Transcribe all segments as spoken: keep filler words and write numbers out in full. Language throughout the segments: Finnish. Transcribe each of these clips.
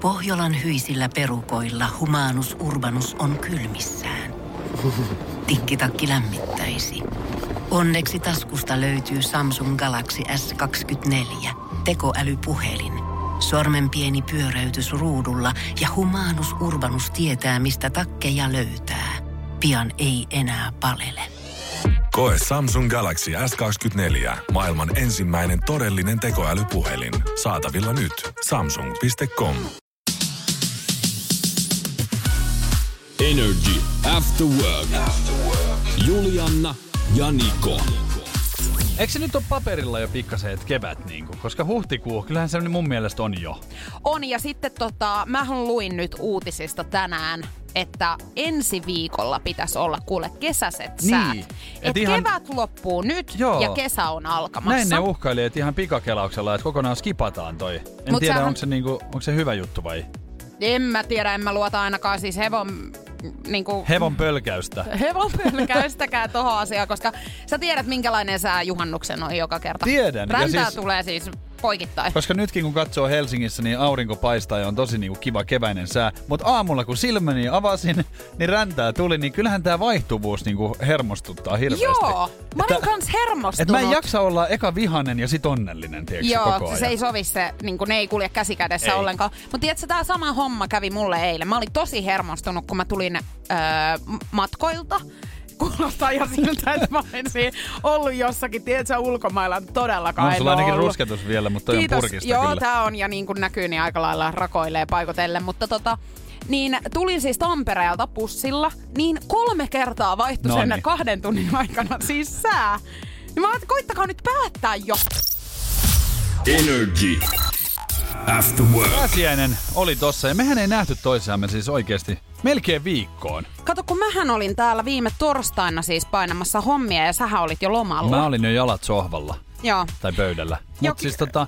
Pohjolan hyisillä perukoilla Humanus Urbanus on kylmissään. Tikkitakki lämmittäisi. Onneksi taskusta löytyy Samsung Galaxy S kaksikymmentäneljä, tekoälypuhelin. Sormen pieni pyöräytys ruudulla ja Humanus Urbanus tietää, mistä takkeja löytää. Pian ei enää palele. Koe Samsung Galaxy S kaksikymmentäneljä, maailman ensimmäinen todellinen tekoälypuhelin. Saatavilla nyt. samsung piste com. Energy After Work. Julianna ja Niko. Eikö se nyt ole paperilla jo pikkasen, että kevät niinku? Koska huhtikuu, kyllähän se mun mielestä on jo. On, ja sitten tota, mä luin nyt uutisista tänään, että ensi viikolla pitäisi olla kuule kesäiset säät. Niin. Et, et ihan... kevät loppuu nyt. Joo. Ja kesä on alkamassa. Näin ne uhkaili, että ihan pikakelauksella, että kokonaan skipataan toi. En Mut tiedä, sähän... onko se, niinku, onko se hyvä juttu vai? En mä tiedä, en mä luota ainakaan siis hevon... Niinku, hevon pölkäystä. Hevon pölkäystäkään tohon asiaan, koska sä tiedät minkälainen sää juhannuksen on joka kerta. Tiedän. Räntää siis, tulee siis poikittain. Koska nytkin kun katsoo Helsingissä, niin aurinko paistaa ja on tosi niinku kiva keväinen sää. Mutta aamulla kun silmäni avasin, niin räntää tuli, niin kyllähän tää vaihtuvuus niinku hermostuttaa hirveästi. Joo, mä olin kans hermostunut. Et mä en jaksa olla eka vihanen ja sit onnellinen, tiedätkö, Joo, koko ajan. se ei sovi se, niinku ne ei kulje käsikädessä ei. ollenkaan. Mutta tiedätkö, tää sama homma kävi mulle eilen. Mä olin tosi hermostunut, kun mä tulin öö, matkoilta. Kuulostaa jo siltä, että mä olisin ollut jossakin, tiedätkö, ulkomailla todellakaan. On sulla ainakin ollut. Rusketus vielä, mutta toi Kiitos. on purkista Joo, kyllä. tää on ja niin kuin näkyy, niin aika lailla rakoilee paikotellen. Mutta tota, niin tulin siis Tampereelta bussilla, niin kolme kertaa vaihtui no sen niin. kahden tunnin aikana siis sää. Niin mä ajattelin, koittakaa nyt päättää jo. Energy After Work. Pääsiäinen oli tossa ja mehän ei nähty toisiamme siis oikeesti melkein viikkoon. Kato, kun mähän olin täällä viime torstaina siis painamassa hommia ja sähän olit jo lomalla. Mä olin jo jalat sohvalla. Joo. Tai pöydällä. Jok... Mut siis tota...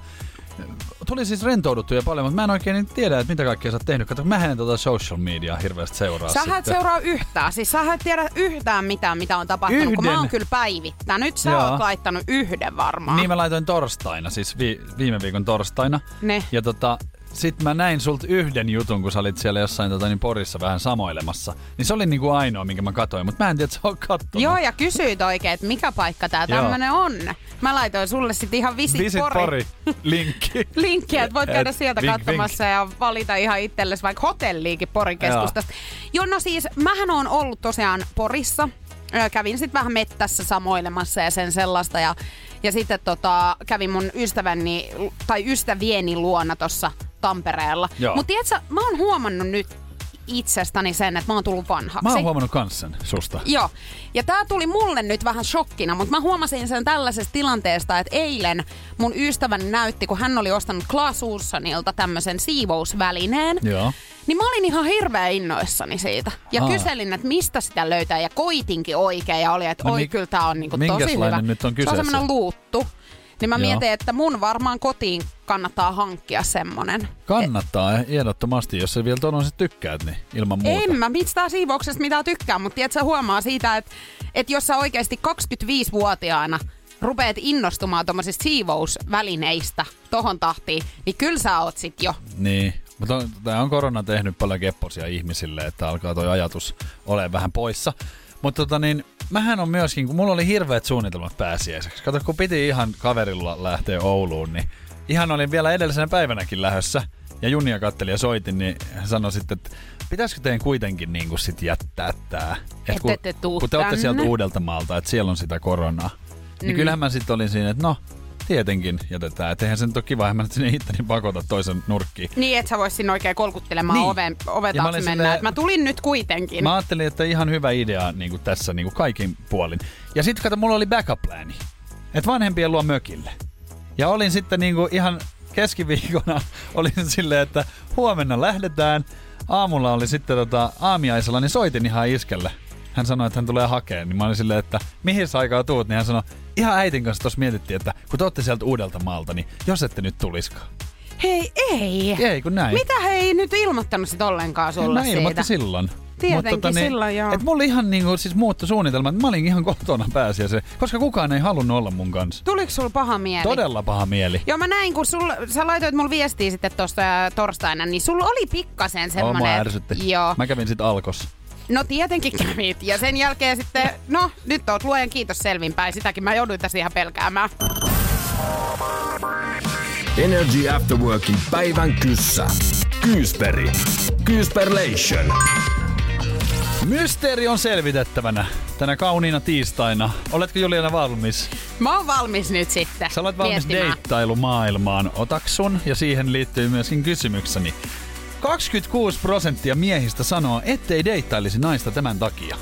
Tuli siis rentouduttuja paljon, mutta mä en oikein tiedä, että mitä kaikkea sä oot tehnyt. Kato, mä en tota social mediaa hirveästi seuraa. Sä et seuraa yhtään. Siis sä et tiedä yhtään mitään, mitä on tapahtunut, yhden. Kun mä oon kyllä päivittänyt. Sä Joo. oot laittanut yhden varmaan. Niin mä laitoin torstaina, siis vi- viime viikon torstaina. Ne. Ja tota... Sitten mä näin sulta yhden jutun, kun sä olit siellä jossain tota, niin Porissa vähän samoilemassa. Niin se oli niinku ainoa, minkä mä katoin, mutta mä en tiedä, että sä oot kattonut. Joo, ja kysyit oikein, että mikä paikka tää tämmönen on. Mä laitoin sulle sitten ihan Visit, Visit Pori. Pori. Linkki. Linkki, että voit käydä sieltä vink, katsomassa vink. Ja valita ihan itsellesi vaikka hotelliikin Porin keskustasta. Joo, no siis mähän oon ollut tosiaan Porissa. Kävin sitten vähän mettässä samoilemassa ja sen sellaista. Ja, ja sitten tota, kävin mun ystäväni, tai ystävieni luona tossa Tampereella. Mutta tiedätkö, mä oon huomannut nyt itsestäni sen, että mä oon tullut vanhaksi. Mä oon huomannut kans sen susta. Joo. Ja tää tuli mulle nyt vähän shokkina, mutta mä huomasin sen tällaisesta tilanteesta, että eilen mun ystäväni näytti, kun hän oli ostanut Clas Ohlsonilta tämmöisen siivousvälineen. Joo. Niin mä olin ihan hirveän innoissani siitä. Ja Aa. kyselin, että mistä sitä löytää ja koitinkin oikein ja oli, että no, oi mi- kyllä tää on niinku tosi hyvä. Nyt on kyseessä? Se on semmonen luuttu. Niin mä Joo. mietin, että mun varmaan kotiin kannattaa hankkia semmonen. Kannattaa e- ehdottomasti, jos sä vielä tonon sit tykkäät, niin ilman muuta. En mä mistään siivouksesta mitään tykkää, mutta tiedät sä huomaa siitä, että, että jos sä oikeesti kaksikymmentäviisivuotiaana rupeat innostumaan tommosista siivousvälineistä tohon tahtiin, niin kyllä sä oot sit jo. Niin, mutta tää on korona tehnyt paljon kepposia ihmisille, että alkaa toi ajatus olemaan vähän poissa. Mutta tota niin, mähän on myöskin, kun mulla oli hirveät suunnitelmat pääsiäiseksi. Kato, kun piti ihan kaverilla lähteä Ouluun, niin ihan olin vielä edellisenä päivänäkin lähdössä. Ja Junia katteli ja soitin, niin hän sanoi sitten, että pitäisikö teidän kuitenkin niin kuin sit jättää tää. Et kun, ette tuu kun te olette sieltä Uudeltamaalta, että siellä on sitä koronaa. Mm. Niin kyllähän mä sitten olin siinä, että no, tietenkin jätetään. Että eihän se nyt ole kiva, että mä sinne itteni pakota toisen nurkkiin. Niin, että sä vois sinne oikein kolkuttelemaan niin. oven, oven taakse mennä. Silleen, että mä tulin nyt kuitenkin. Mä ajattelin, että ihan hyvä idea niin kuin tässä niin kuin kaikin puolin. Ja sitten kato, mulla oli backup-plani. Että vanhempien luo mökille. Ja olin sitten niin kuin ihan keskiviikkona, olin silleen, että huomenna lähdetään. Aamulla oli sitten tota, aamiaisella, niin soitin ihan iskelle. Hän sanoi, että hän tulee hakemaan. Niin mä olin silleen, että mihin sä aikaa tuut? Niin hän sanoi, ihan äitin kanssa tuossa mietittiin, että kun te ootte sieltä Uudeltamaalta, niin jos ette nyt tuliskaan. Hei, ei. Ei, kun näin. Mitä he ei nyt ilmoittanut sit ollenkaan sulle siitä? Mä ilmoitti silloin. Tietenkin Mut, tota, niin, silloin, joo. Et mulla ihan niinku siis muuttui suunnitelma, että mä olin ihan kotona pääsiäisen, koska kukaan ei halunnut olla mun kanssa. Tuliko sulla paha mieli? Todella paha mieli. Joo, mä näin, kun sul, sä laitoit mulle viestiä sitten tosta torstaina, niin sulla oli pikkasen semmonen... Oh, mua ärsytti. Joo. Mä kävin sit Alkossa. No tietenkin kävit. Ja sen jälkeen sitten, no nyt oot luojan kiitos selvinpäin. Sitäkin mä jouduin tässä ihan pelkäämään. Energy After Workin päivän kyssä. Kyysperi. Kyysperlation. Mysteeri on selvitettävänä tänä kauniina tiistaina. Oletko Juliana valmis? Mä oon valmis nyt sitten Sä olet valmis miettimään. deittailumaailmaan. Otaksun ja siihen liittyy myöskin kysymykseni. kaksikymmentäkuusi prosenttia miehistä sanoo, ettei deittailisi naista tämän takia.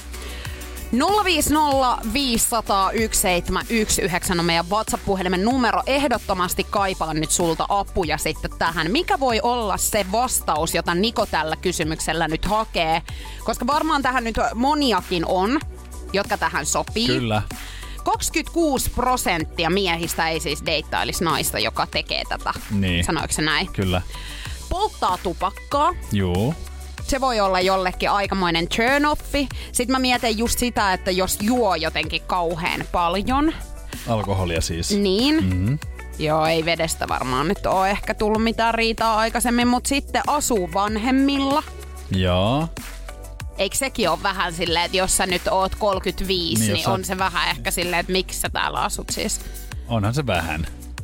nolla viisi nolla viisi nolla nolla yksi seitsemän yksi yhdeksän on meidän WhatsApp-puhelimen numero. Ehdottomasti kaipaan nyt sulta apuja sitten tähän. Mikä voi olla se vastaus, jota Niko tällä kysymyksellä nyt hakee? Koska varmaan tähän nyt moniakin on, jotka tähän sopii. Kyllä. kaksikymmentäkuusi prosenttia miehistä ei siis deittailisi naista, joka tekee tätä. Niin. Sanoiko se näin? Kyllä. Polttaa tupakkaa. Juu. Se voi olla jollekin aikamoinen turn-offi. Sitten mä mietin just sitä, että jos juo jotenkin kauhean paljon. Alkoholia siis. Niin. Mm-hmm. Joo, ei vedestä varmaan nyt ole ehkä tullut mitään riitaa aikaisemmin, mutta sitten asuu vanhemmilla. Joo. Eikö sekin ole vähän silleen, että jos sä nyt oot kolmekymmentäviisi, niin, niin sä... on se vähän ehkä silleen, että miksi sä täällä asut siis? Onhan se vähän.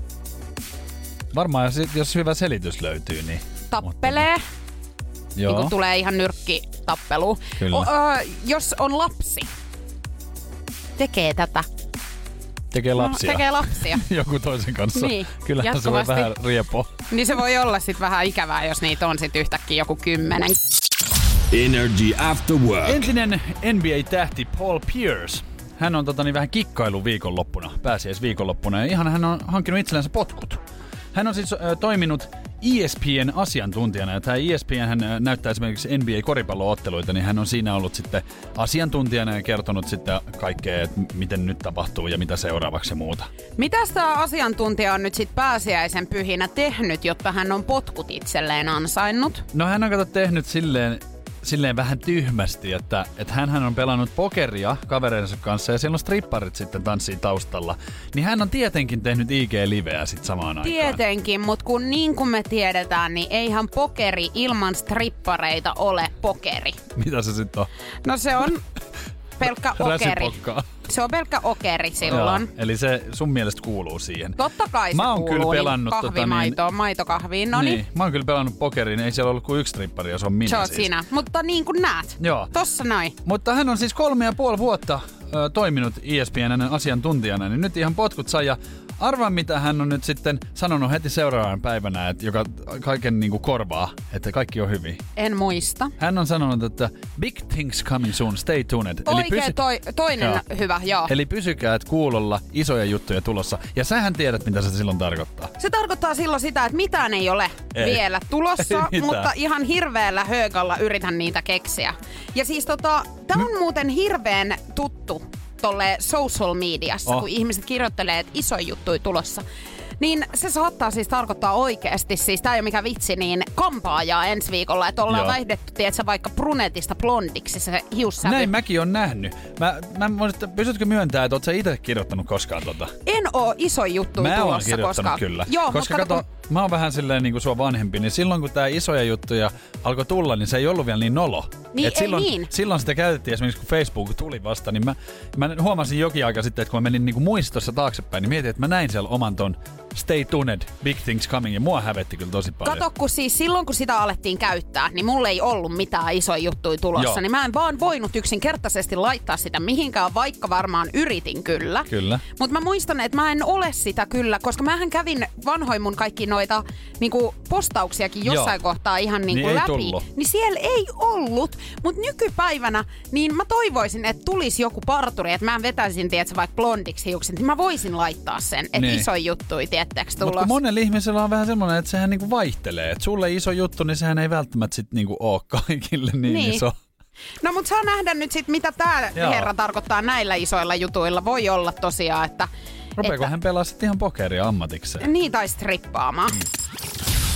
Varmaan jos, jos hyvä selitys löytyy, niin... Tappelee. Joo. Niin kun tulee ihan nyrkkitappelu. Kyllä. O, ö, jos on lapsi, tekee tätä. Tekee lapsia. No, tekee lapsia. Joku toisen kanssa. Niin, Kyllähän jatkuvasti. se voi vähän riepoa. Niin se voi olla sit vähän ikävää, jos niitä on sit yhtäkkiä joku kymmenen. Energy After Work. Entinen N B A-tähti Paul Pierce. Hän on tota, niin vähän kikkailu viikonloppuna, pääsiäisviikonloppuna, ja ihan hän on hankkinut itsellensä potkut. Hän on siis äh, toiminut E S P N asiantuntijana, ja tämä E S P N hän äh, näyttää esimerkiksi N B A-koripallo-otteluita, niin hän on siinä ollut sitten asiantuntijana ja kertonut sitten kaikkea, että miten nyt tapahtuu ja mitä seuraavaksi ja muuta. Mitäs tämä asiantuntija on nyt sit pääsiäisen pyhinä tehnyt, jotta hän on potkut itselleen ansainnut? No hän on kato tehnyt silleen, silleen vähän tyhmästi, että, että hänhän on pelannut pokeria kavereidensa kanssa ja siellä on stripparit sitten tanssii taustalla. Niin hän on tietenkin tehnyt I G-liveä sitten samaan aikaan. Tietenkin, mutta kun niin kuin me tiedetään, niin eihän pokeri ilman strippareita ole pokeri. Mitä se sitten on? No se on pelkkä okeri. Räsipokkaa. Se on pelkkä okeri silloin. Joo, eli se sun mielestä kuuluu siihen. Totta kai se mä oon kuuluu kyllä pelannut, niin kahvimaitoon, tota, niin, maitokahviin. No niin. niin. Mä oon kyllä pelannut pokeriin, ei siellä ollut kuin yksi strippari ja se on minä Se on siis. sinä, mutta niin kuin näet. Joo. Tossa noin. Mutta hän on siis kolme ja puoli vuotta ö, toiminut E S P N:n asiantuntijana, niin nyt ihan potkut sai ja arvaa mitä hän on nyt sitten sanonut heti seuraavan päivänä, että joka kaiken niinku korvaa, että kaikki on hyvin. En muista. Hän on sanonut, että big things coming soon, stay tuned. Oikein pysy... toi, toinen joo. hyvä, joo. Eli pysykää kuulolla, isoja juttuja tulossa. Ja sähän tiedät, mitä se silloin tarkoittaa. Se tarkoittaa silloin sitä, että mitään ei ole ei. vielä tulossa, ei mutta ihan hirveällä höökalla yritän niitä keksiä. Ja siis tota, tää on M- muuten hirveän tuttu tolle social mediassa, oh. kun ihmiset kirjoittelee, että iso juttu tulossa. Niin se saattaa siis tarkoittaa oikeasti, siis tää ei ole mikä vitsi, niin kampaajaa ensi viikolla, että ollaan Joo. vaihdettu, tiedätkö, vaikka brunetista blondiksi se hiussävy. Näin mäkin on nähnyt. Mä, mä voin, että pystytkö myöntää, että oot sä itse kirjoittanut koskaan tota? En oo iso juttu Mä oon tulossa kirjoittanut koskaan. kyllä. Joo, koska kato, kato, mä oon vähän silleen niin kuin sua vanhempi, niin silloin kun tää isoja juttuja alkoi tulla, niin se ei ollut vielä niin nolo. Niin, Et ei silloin, niin. silloin sitä käytettiin esimerkiksi kun Facebook tuli vasta, niin mä, mä huomasin jokin aika sitten, että kun mä menin niin kuin muistossa taaksepäin, niin mietin, että mä näin siellä oman ton Stay tuned, big things coming, ja mua hävetti kyllä tosi paljon. Kato, kun siis silloin kun sitä alettiin käyttää, niin mulla ei ollut mitään isoja juttuja tulossa, Joo. niin mä en vaan voinut yksinkertaisesti laittaa sitä mihinkään, vaikka varmaan yritin kyllä. Kyllä. Mutta mä muistan, että mä en ole sitä kyllä, koska mähän kävin vanhoin mun kaikki noita niinku postauksiakin jossain Joo. kohtaa ihan niinku Niin ei läpi. tullut. Niin siellä ei ollut, mutta nykypäivänä niin mä toivoisin, että tulisi joku parturi, että mä vetäisin, tiedätkö, vaikka blondiksi hiukset, niin mä voisin laittaa sen, että Niin. iso juttui, tiedättekö, Mutta tulossa. kun monella ihmisellä on vähän semmoinen, että sehän niinku vaihtelee. Että sulle iso juttu, niin sehän ei välttämättä sit niinku ole kaikille niin, Niin. iso. No mut saa nähdä nyt sit, mitä tää Joo. herra tarkoittaa näillä isoilla jutuilla. Voi olla tosiaan, että... Rupeeko että hän pelaa sitten ihan pokeria ammatikseen? niin tai strippaamaan.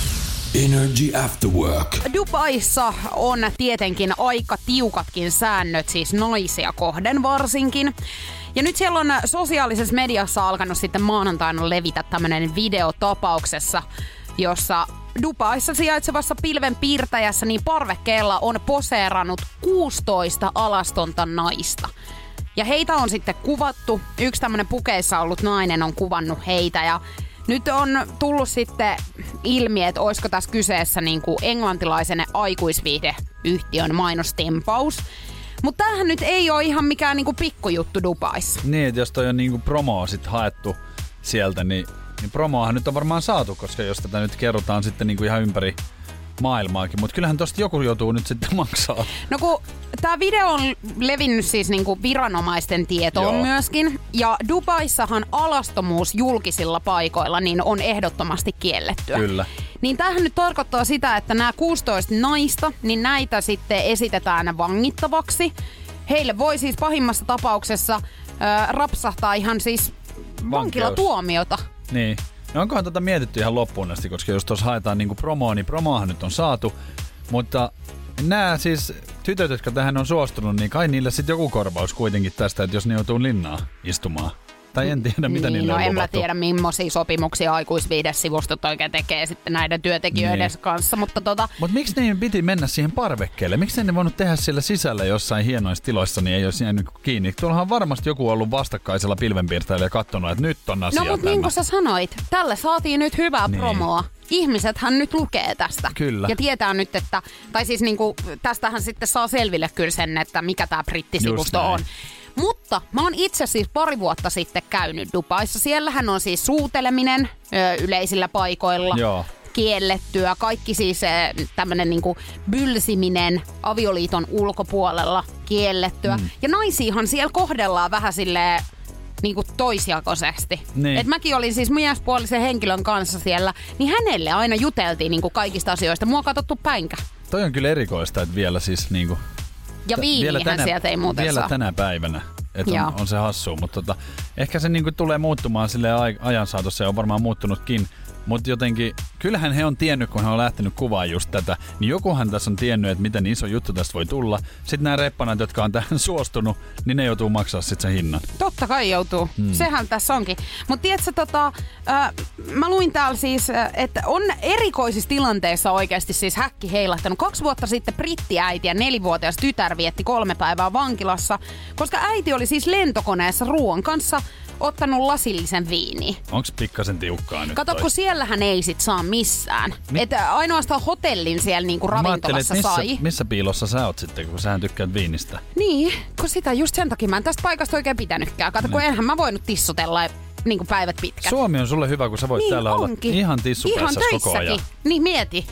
Energy After Work. Dubaissa on tietenkin aika tiukatkin säännöt, siis naisia kohden varsinkin. Ja nyt siellä on sosiaalisessa mediassa alkanut sitten maanantaina levitä tämmöinen video tapauksessa, jossa Dubaissa sijaitsevassa pilvenpiirtäjässä niin parvekkeella on poseerannut kuusitoista alastonta naista. Ja heitä on sitten kuvattu. Yksi tämmöinen pukeissa ollut nainen on kuvannut heitä ja nyt on tullut sitten ilmi, että olisiko tässä kyseessä niin kuin englantilaisen aikuisviihdeyhtiön mainostempaus. Mutta tämähän nyt ei ole ihan mikään niinku pikkujuttu Dubaissa. Niin, että jos toi on niinku promoa sit haettu sieltä, niin, niin promoahan nyt on varmaan saatu, koska jos tätä nyt kerrotaan sitten niinku ihan ympäri maailmaakin. Mutta kyllähän tosta joku joutuu nyt sitten maksaa. No kun tää video on levinnyt siis niinku viranomaisten tietoon Joo. myöskin. Ja Dubaissahan alastomuus julkisilla paikoilla niin on ehdottomasti kiellettyä. Kyllä. Niin tämähän nyt tarkoittaa sitä, että nämä kuusitoista naista, niin näitä sitten esitetään vangittavaksi. Heille voi siis pahimmassa tapauksessa äh, rapsahtaa ihan siis vankilatuomiota. Niin. No onkohan tätä mietitty ihan loppuun asti, koska jos tuossa haetaan niinku promoa, niin promoahan nyt on saatu. Mutta nämä siis tytöt, jotka tähän on suostunut, niin kai niille sitten joku korvaus kuitenkin tästä, että jos ne joutuu linnaa istumaan. Tai en tiedä, mitä niin, niille no on en luvattu. mä tiedä, millaisia sopimuksia aikuisviihdesivustot oikein tekee sitten näiden työntekijöiden niin. kanssa. Mutta tota... Mut miksi ne piti mennä siihen parvekkeelle? Miksi ne voinut tehdä siellä sisällä jossain hienoissa tiloissa, niin ei olisi jäänyt kiinni? Tuollahan on varmasti joku ollut vastakkaisella pilvenpiirtäjällä ja katsonut, että nyt on asia No mutta niin kuin sä sanoit, tälle saatiin nyt hyvää niin. promoa. Ihmisethän nyt lukee tästä. Kyllä. Ja tietää nyt, että, tai siis niinku, tästähän sitten saa selville kyllä sen, että mikä tää brittisivusto on. Mutta mä oon itse siis pari vuotta sitten käynyt Dubaissa. Siellähän on siis suuteleminen ö, yleisillä paikoilla. Joo. Kiellettyä. Kaikki siis tämmönen niinku bylsiminen avioliiton ulkopuolella kiellettyä. Mm. Ja naisiahan siellä kohdellaan vähän silleen niinku toisjakoisesti. Niin. Et mäkin olin siis miespuolisen henkilön kanssa siellä, niin hänelle aina juteltiin niinku kaikista asioista. Mua katsottu päinkä. Toi on kyllä erikoista, että vielä siis niinku... Ja viinihän sieltä ei muuten vielä saa. tänä päivänä, että on, on se hassua, mutta tota, ehkä se niinku tulee muuttumaan silleen ajan saatossa ja on varmaan muuttunutkin. Mutta jotenkin, kyllähän he on tiennyt, kun he on lähtenyt kuvaamaan just tätä, niin jokuhan tässä on tiennyt, että miten iso juttu tästä voi tulla. Sitten nämä reppanat, jotka on tähän suostunut, niin ne joutuu maksaa sitten sen hinnan. Totta kai joutuu. Hmm. Sehän tässä onkin. Mutta tiedätkö, tota, äh, mä luin täällä siis, että on erikoisissa tilanteissa oikeasti siis häkki heilahtanut. Kaksi vuotta sitten brittiäiti ja nelivuotias tytär vietti kolme päivää vankilassa, koska äiti oli siis lentokoneessa ruoan kanssa ottanut lasillisen viiniä. Onks pikkasen tiukkaa nyt? Kato, kun siellähän ei sit saa missään. Mi- että ainoastaan hotellin siellä niinku ravintolassa missä, sai. missä piilossa sä oot sitten, kun sähän tykkäät viinistä? Niin, kun sitä just sen takia mä en tästä paikasta oikein pitänytkään. Kato, kun enhän mä voinut tissutella niinku päivät pitkät. Suomi on sulle hyvä, kun sä voit niin täällä onkin. olla ihan tissuperässä koko ajan. Niin mieti.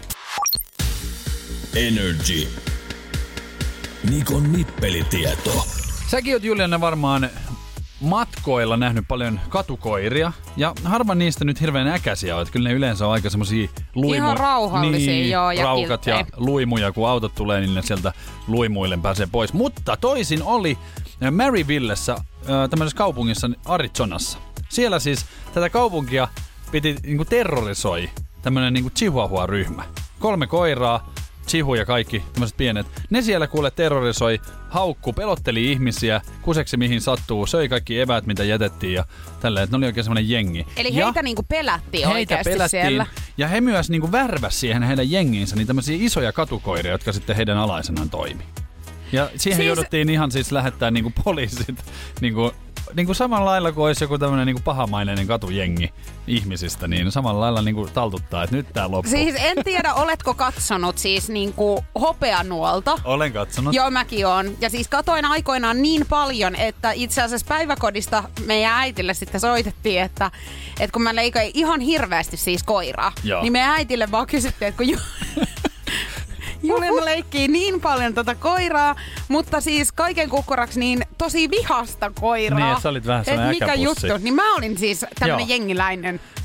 Energy. Nikon nippelitieto. Säkin oot, Juliana, varmaan matkoilla nähnyt paljon katukoiria, ja harva niistä nyt hirveän äkäisiä on, että kyllä ne yleensä on aika semmosia luimu... Ihan rauhallisia, niin, joo, ja raukat kilttejä. ja luimuja, kun autot tulee, niin ne sieltä luimuille pääsee pois. Mutta toisin oli Maryvillessä, tämmöisessä kaupungissa Arizonassa. Siellä siis tätä kaupunkia piti niinku terrorisoi tämmönen niinku Chihuahua-ryhmä. Kolme koiraa, Chihu ja kaikki tämmöiset pienet. Ne siellä kuule terrorisoi, haukku, pelotteli ihmisiä, kuseksi mihin sattuu, söi kaikki eväät, mitä jätettiin ja tälleen, että ne oli oikein semmoinen jengi. Eli ja heitä niinku pelättiin heitä oikeasti pelättiin, siellä. Ja he myös niinku värväs siihen heidän jengiinsä niin tämmöisiä isoja katukoiria, jotka sitten heidän alaisenaan toimi. Ja siihen siis... jouduttiin ihan siis lähettää niinku poliisit niinku niinku samalla lailla kuin olisi joku tämmönen niinku pahamainen katujengi ihmisistä, niin samalla lailla niinku taltuttaa, että nyt tää loppuu. Siis en tiedä, oletko katsonut siis niinku Hopeanuolta? Olen katsonut. Joo, mäkin oon. Ja siis katoin aikoinaan niin paljon, että itse asiassa päiväkodista meidän äitille sitten soitettiin, että, että kun mä leikoin ihan hirveästi siis koiraa, Joo. niin meidän äitille vaan kysyttiin, että kun ju- Juliana leikkii niin paljon tota koiraa, mutta siis kaiken kukkuraksi niin tosi vihasta koiraa. Niin, että sä olit vähän sellainen mikä äkäpussi. juttu. Niin mä olin siis tämmönen Joo. jengiläinen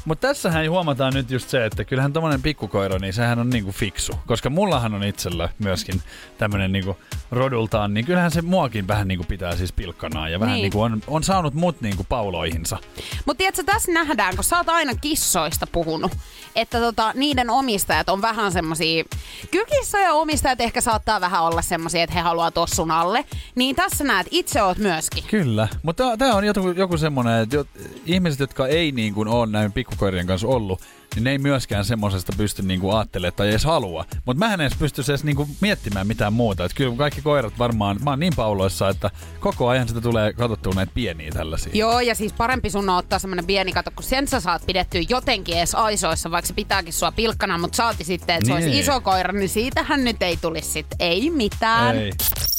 Mutta tässähän huomataan nyt just se, että kyllähän tommonen pikkukoira, niin sehän on niinku fiksu. Koska mullahan on itsellä myöskin tämmönen niinku rodultaan, niin kyllähän se muakin vähän niinku pitää siis pilkkanaa. Ja vähän niin. niinku on, on saanut mut niinku pauloihinsa. Mutta tiedätkö, tässä nähdään, kun sä oot aina kissoista puhunut, että tota, niiden omistajat on vähän semmosia, kyllä kissojen omistajat ehkä saattaa vähän olla semmosia, että he haluaa tossun alle. Niin tässä näet, itse oot myöskin. Kyllä, mutta tää on joku, joku semmonen, että jo, ihmiset, jotka ei niin kuin ole näin pikkukoirien kanssa ollut, niin ne ei myöskään semmosesta pysty niinku aattelemaan tai edes halua. Mutta mä en edes pysty edes niinku miettimään mitään muuta. Et kyllä kaikki koirat varmaan, mä oon niin pauloissa, että koko ajan sitä tulee katsottua näitä pieniä tällaisia. Joo, ja siis parempi sun on ottaa semmonen pieni kato, kun sen sä saat pidettyä jotenkin edes aisoissa, vaikka se pitääkin sua pilkkana, mutta saati sitten, että se niin. olisi iso koira, niin siitähän nyt ei tulisi sit ei mitään. Ei.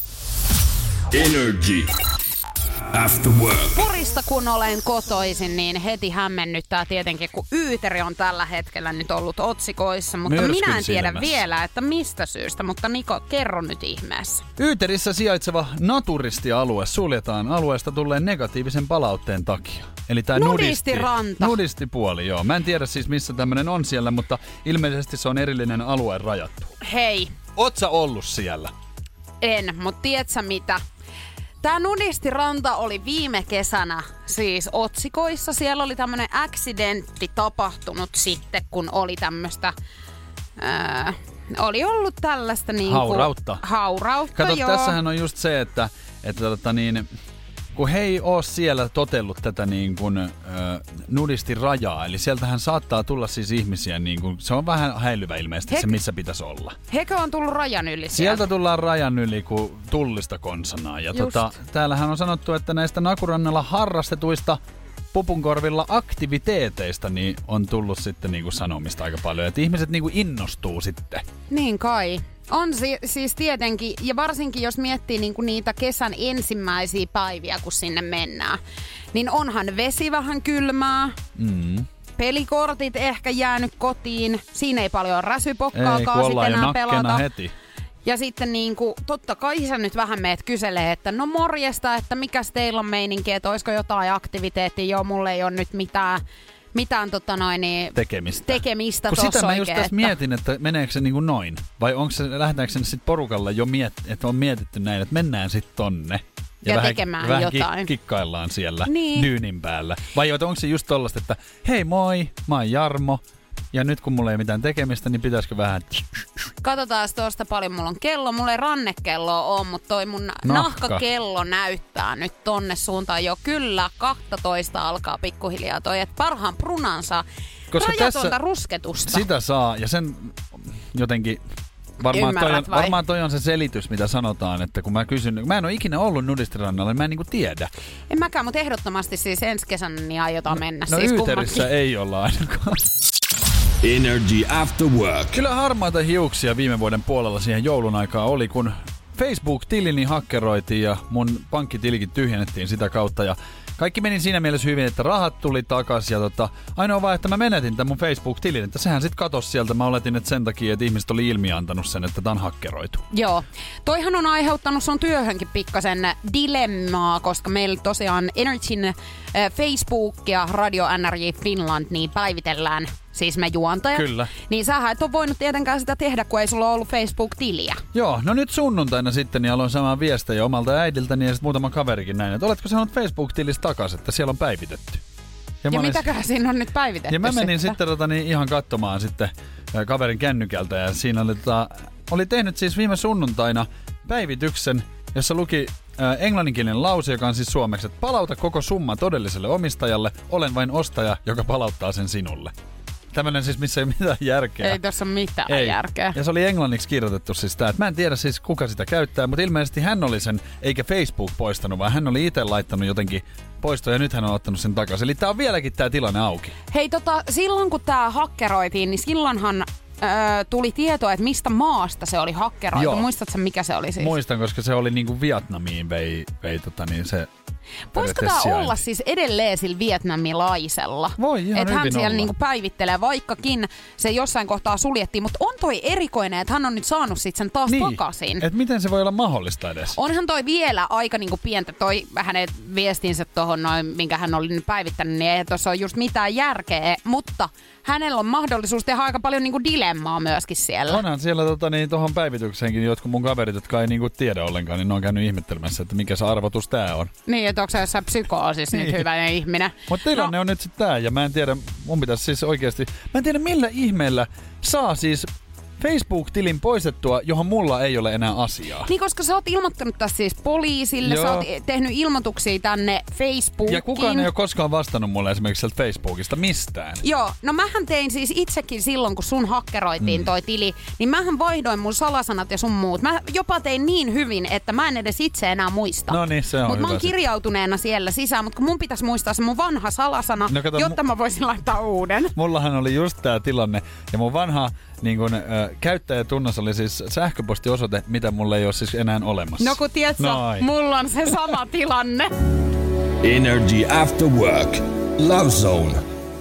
Energy After Work. Porista kun olen kotoisin, niin heti hämmennyttää tietenkin, kun Yyteri on tällä hetkellä nyt ollut otsikoissa, mutta Myrskyn minä en tiedä silmässä. vielä, että mistä syystä, mutta Niko, kerro nyt ihmeessä. Yyterissä sijaitseva naturistialue suljetaan alueesta tulleen negatiivisen palautteen takia. Eli tää Nudistiranta. nudisti, nudistipuoli, joo. Mä en tiedä siis missä tämmönen on siellä, mutta ilmeisesti se on erillinen alue rajattu. Hei, Oot sä ollut siellä? en, mutta tiedätkö mitä? Tää nudistiranta oli viime kesänä siis otsikoissa. Siellä oli tämmönen accidentti tapahtunut sitten, kun oli tämmöstä... Ää, oli ollut tällaista niinku... Haurautta. Haurautta, Kato, joo. tässähän on just se, että, että tota niin, kun he ei oo siellä totellut tätä niin kuin, äh, nudistirajaa, eli sieltähän saattaa tulla siis ihmisiä, niin kuin, se on vähän häilyvä ilmeisesti He- se, missä pitäisi olla. Hekö on tullut rajan yli sieltä? Sieltä tullaan rajan yli kuin tullista konsanaa. Ja tota, täällähän on sanottu, että näistä Nakurannalla harrastetuista pupunkorvilla aktiviteeteista niin on tullut sitten niinku sanomista aika paljon. Että ihmiset niinku innostuu sitten. Niin kai. On si- siis tietenkin, ja varsinkin jos miettii niinku niitä kesän ensimmäisiä päiviä, kun sinne mennään, niin onhan vesi vähän kylmää. Mm. Pelikortit ehkä jäänyt kotiin. Siinä ei paljon Ei, kun räsypokkaakaan sitten ollaan jo enää nakkena pelata. heti. Ja sitten niinku, totta kai sä nyt vähän meet kyselee, että no morjesta, että mikäs teillä on meininki, että olisiko jotain aktiviteettia. Joo, mulla ei ole nyt mitään, mitään tota noin, niin Tekemistä. tekemistä Kun tossa sitä mä just oikein. tässä että- mietin, että meneekö se niinku noin? Vai onko se, lähdetäänkö se sitten porukalla jo miet, että on mietitty näin, että mennään sitten tonne. Ja vähän, tekemään vähän jotain. kikkaillaan siellä Niin. dyynin päällä. Vai onko se just tollaista, että hei moi, mä oon Jarmo. Ja nyt kun mulla ei mitään tekemistä, niin pitäisikö vähän... Katsotaan tuosta paljon mulla on kello. Mulla ei rannekelloa ole, mutta toi mun Nahka. nahkakello näyttää nyt tonne suuntaan jo. Kyllä, kaksitoista alkaa pikkuhiljaa toi, että parhaan prunansa Koska rajatonta tässä rusketusta. Sitä saa, ja sen jotenkin... Varmaan toi, Ymmärrät on, vai? varmaan toi on se selitys, mitä sanotaan, että kun mä kysyn... Mä en ole ikinä ollut nudistirannalla, niin mä en niinku tiedä. En mäkään, mutta ehdottomasti siis ensi kesänä niin aiotaan mennä No siis Yyterissä kummatkin. ei olla ainakaan. Energy After Work. Kyllä harmaita hiuksia viime vuoden puolella siihen joulun aikaa oli, kun Facebook-tilini hakkeroitiin ja mun pankkitilikin tyhjennettiin sitä kautta. Ja kaikki meni siinä mielessä hyvin, että rahat tuli takas ja tota, ainoa vaan, että mä menetin tämän mun Facebook-tilin, että sehän sit katosi sieltä. Mä oletin, että sen takia, että ihmiset oli ilmiantanut sen, että tää on hakkeroitu. Joo. Toihan on aiheuttanut sun työhönkin pikkasen dilemmaa, koska meillä tosiaan Energyn äh, Facebook ja Radio N R J Finland niin päivitellään, siis me juontajat. Kyllä. Niin sähän et ole voinut tietenkään sitä tehdä, kun ei sulla ollut Facebook-tiliä. Joo, no nyt sunnuntaina sitten niin aloin saamaan viestejä omalta äidiltäni ja sitten muutama kaverikin näin, että oletko saanut Facebook-tilistä takaisin, että siellä on päivitetty. Ja, mä ja olin- mitäköhän siinä on nyt päivitetty Ja mä menin sitten? sitten tota, niin ihan katsomaan sitten ää, kaverin kännykältä ja siinä oli, tota, oli tehnyt siis viime sunnuntaina päivityksen, jossa luki ää, englanninkielinen lause, joka on siis suomeksi, että palauta koko summa todelliselle omistajalle, olen vain ostaja, joka palauttaa sen sinulle. Tämmönen siis, missä ei mitään järkeä. Ei tossa mitään Ei. järkeä. Ja se oli englanniksi kirjoitettu siis tää, että mä en tiedä siis kuka sitä käyttää, mutta ilmeisesti hän oli sen, eikä Facebook poistanut, vaan hän oli itse laittanut jotenkin poistoa ja nyt hän on ottanut sen takaisin. Eli tää on vieläkin tää tilanne auki. Hei tota, silloin kun tää hakkeroitiin, niin silloinhan öö, tuli tietoa, että mistä maasta se oli hakkeroitu. Joo. Muistatko mikä se oli siis? Muistan, koska se oli niinku Vietnamiin vei, vei tota niin se Voisiko tää olla siis edelleen sillä vietnamilaisella? Voi ihan että hän hyvin siellä olla. niinku päivittelee, vaikkakin se jossain kohtaa suljettiin. Mutta on toi erikoinen, että hän on nyt saanut sit sen taas niin. takaisin. Et miten se voi olla mahdollista edes? Onhan toi vielä aika niinku pientä, toi hänen viestinsä tohon noin, minkä hän oli nyt päivittänyt, niin ei tuossa ole just mitään järkeä, mutta hänellä on mahdollisuus tehdä aika paljon niinku dilemmaa myöskin siellä. Onhan siellä tota, niin, tohon päivitykseenkin jotkut mun kaverit, jotka ei niinku tiedä ollenkaan, niin ne on käynyt ihmettelemässä, että mikä se arvotus tää on. Niin, että onko se jossain psykoosissa niin. nyt hyvä ihminen. Mutta tilanne no. on nyt sitten tää, ja mä en tiedä, mun pitäisi siis oikeesti, mä en tiedä millä ihmeellä saa siis Facebook-tilin poistettua, johon mulla ei ole enää asiaa. Niin, koska sä oot ilmoittanut tässä siis poliisille, Joo. sä oot tehnyt ilmoituksia tänne Facebookiin. Ja kukaan ei ole koskaan vastannut mulle esimerkiksi sieltä Facebookista mistään. Joo, no mähän tein siis itsekin silloin, kun sun hakkeroitiin mm. toi tili, niin mähän vaihdoin mun salasanat ja sun muut. Mä jopa tein niin hyvin, että mä en edes itse enää muista. No niin, se on Mut hyvä. mä oon kirjautuneena siellä sisään, mutta kun mun pitäisi muistaa se mun vanha salasana, no kato, jotta mä voisin laittaa uuden. Mullahan oli just tää tilanne, ja mun vanha niin kun, äh, käyttäjätunnos oli siis sähköpostiosoite, mitä mulla ei ole siis enää olemassa. No kun tiedät sä, mulla on se sama tilanne. Energy After Work. Love Zone.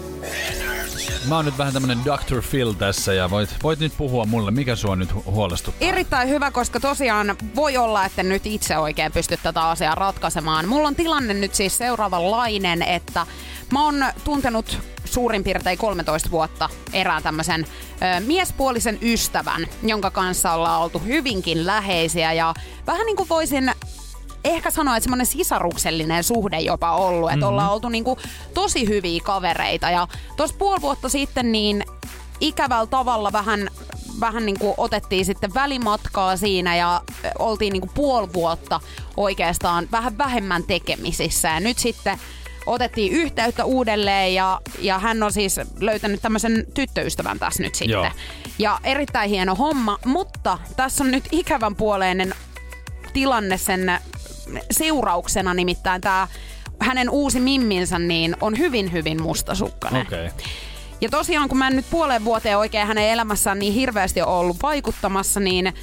Mä oon nyt vähän tämmönen doctor Phil tässä ja voit, voit nyt puhua mulle, mikä sua nyt hu- huolestuttaa? Erittäin hyvä, koska tosiaan voi olla, että nyt itse oikein pystyt tätä asiaa ratkaisemaan. Mulla on tilanne nyt siis seuraavanlainen, että mä oon tuntenut suurin piirtein kolmetoista vuotta erään tämmöisen ö, miespuolisen ystävän, jonka kanssa ollaan oltu hyvinkin läheisiä ja vähän niin kuin voisin ehkä sanoa, että semmoinen sisaruksellinen suhde jopa ollut, että mm-hmm. ollaan oltu niinku tosi hyviä kavereita ja tuossa puoli vuotta sitten niin ikävällä tavalla vähän, vähän niinku otettiin sitten välimatkaa siinä ja oltiin niinku puoli vuotta oikeastaan vähän vähemmän tekemisissä ja nyt sitten otettiin yhteyttä uudelleen ja, ja hän on siis löytänyt tämmöisen tyttöystävän tässä nyt sitten. Joo. Ja erittäin hieno homma, mutta tässä on nyt ikävän puoleinen tilanne sen seurauksena, nimittäin tämä hänen uusi mimminsä niin on hyvin hyvin mustasukkainen. Okay. Ja tosiaan kun mä en nyt puoleen vuoteen oikein hänen elämässään niin hirveästi ole ollut vaikuttamassa, niin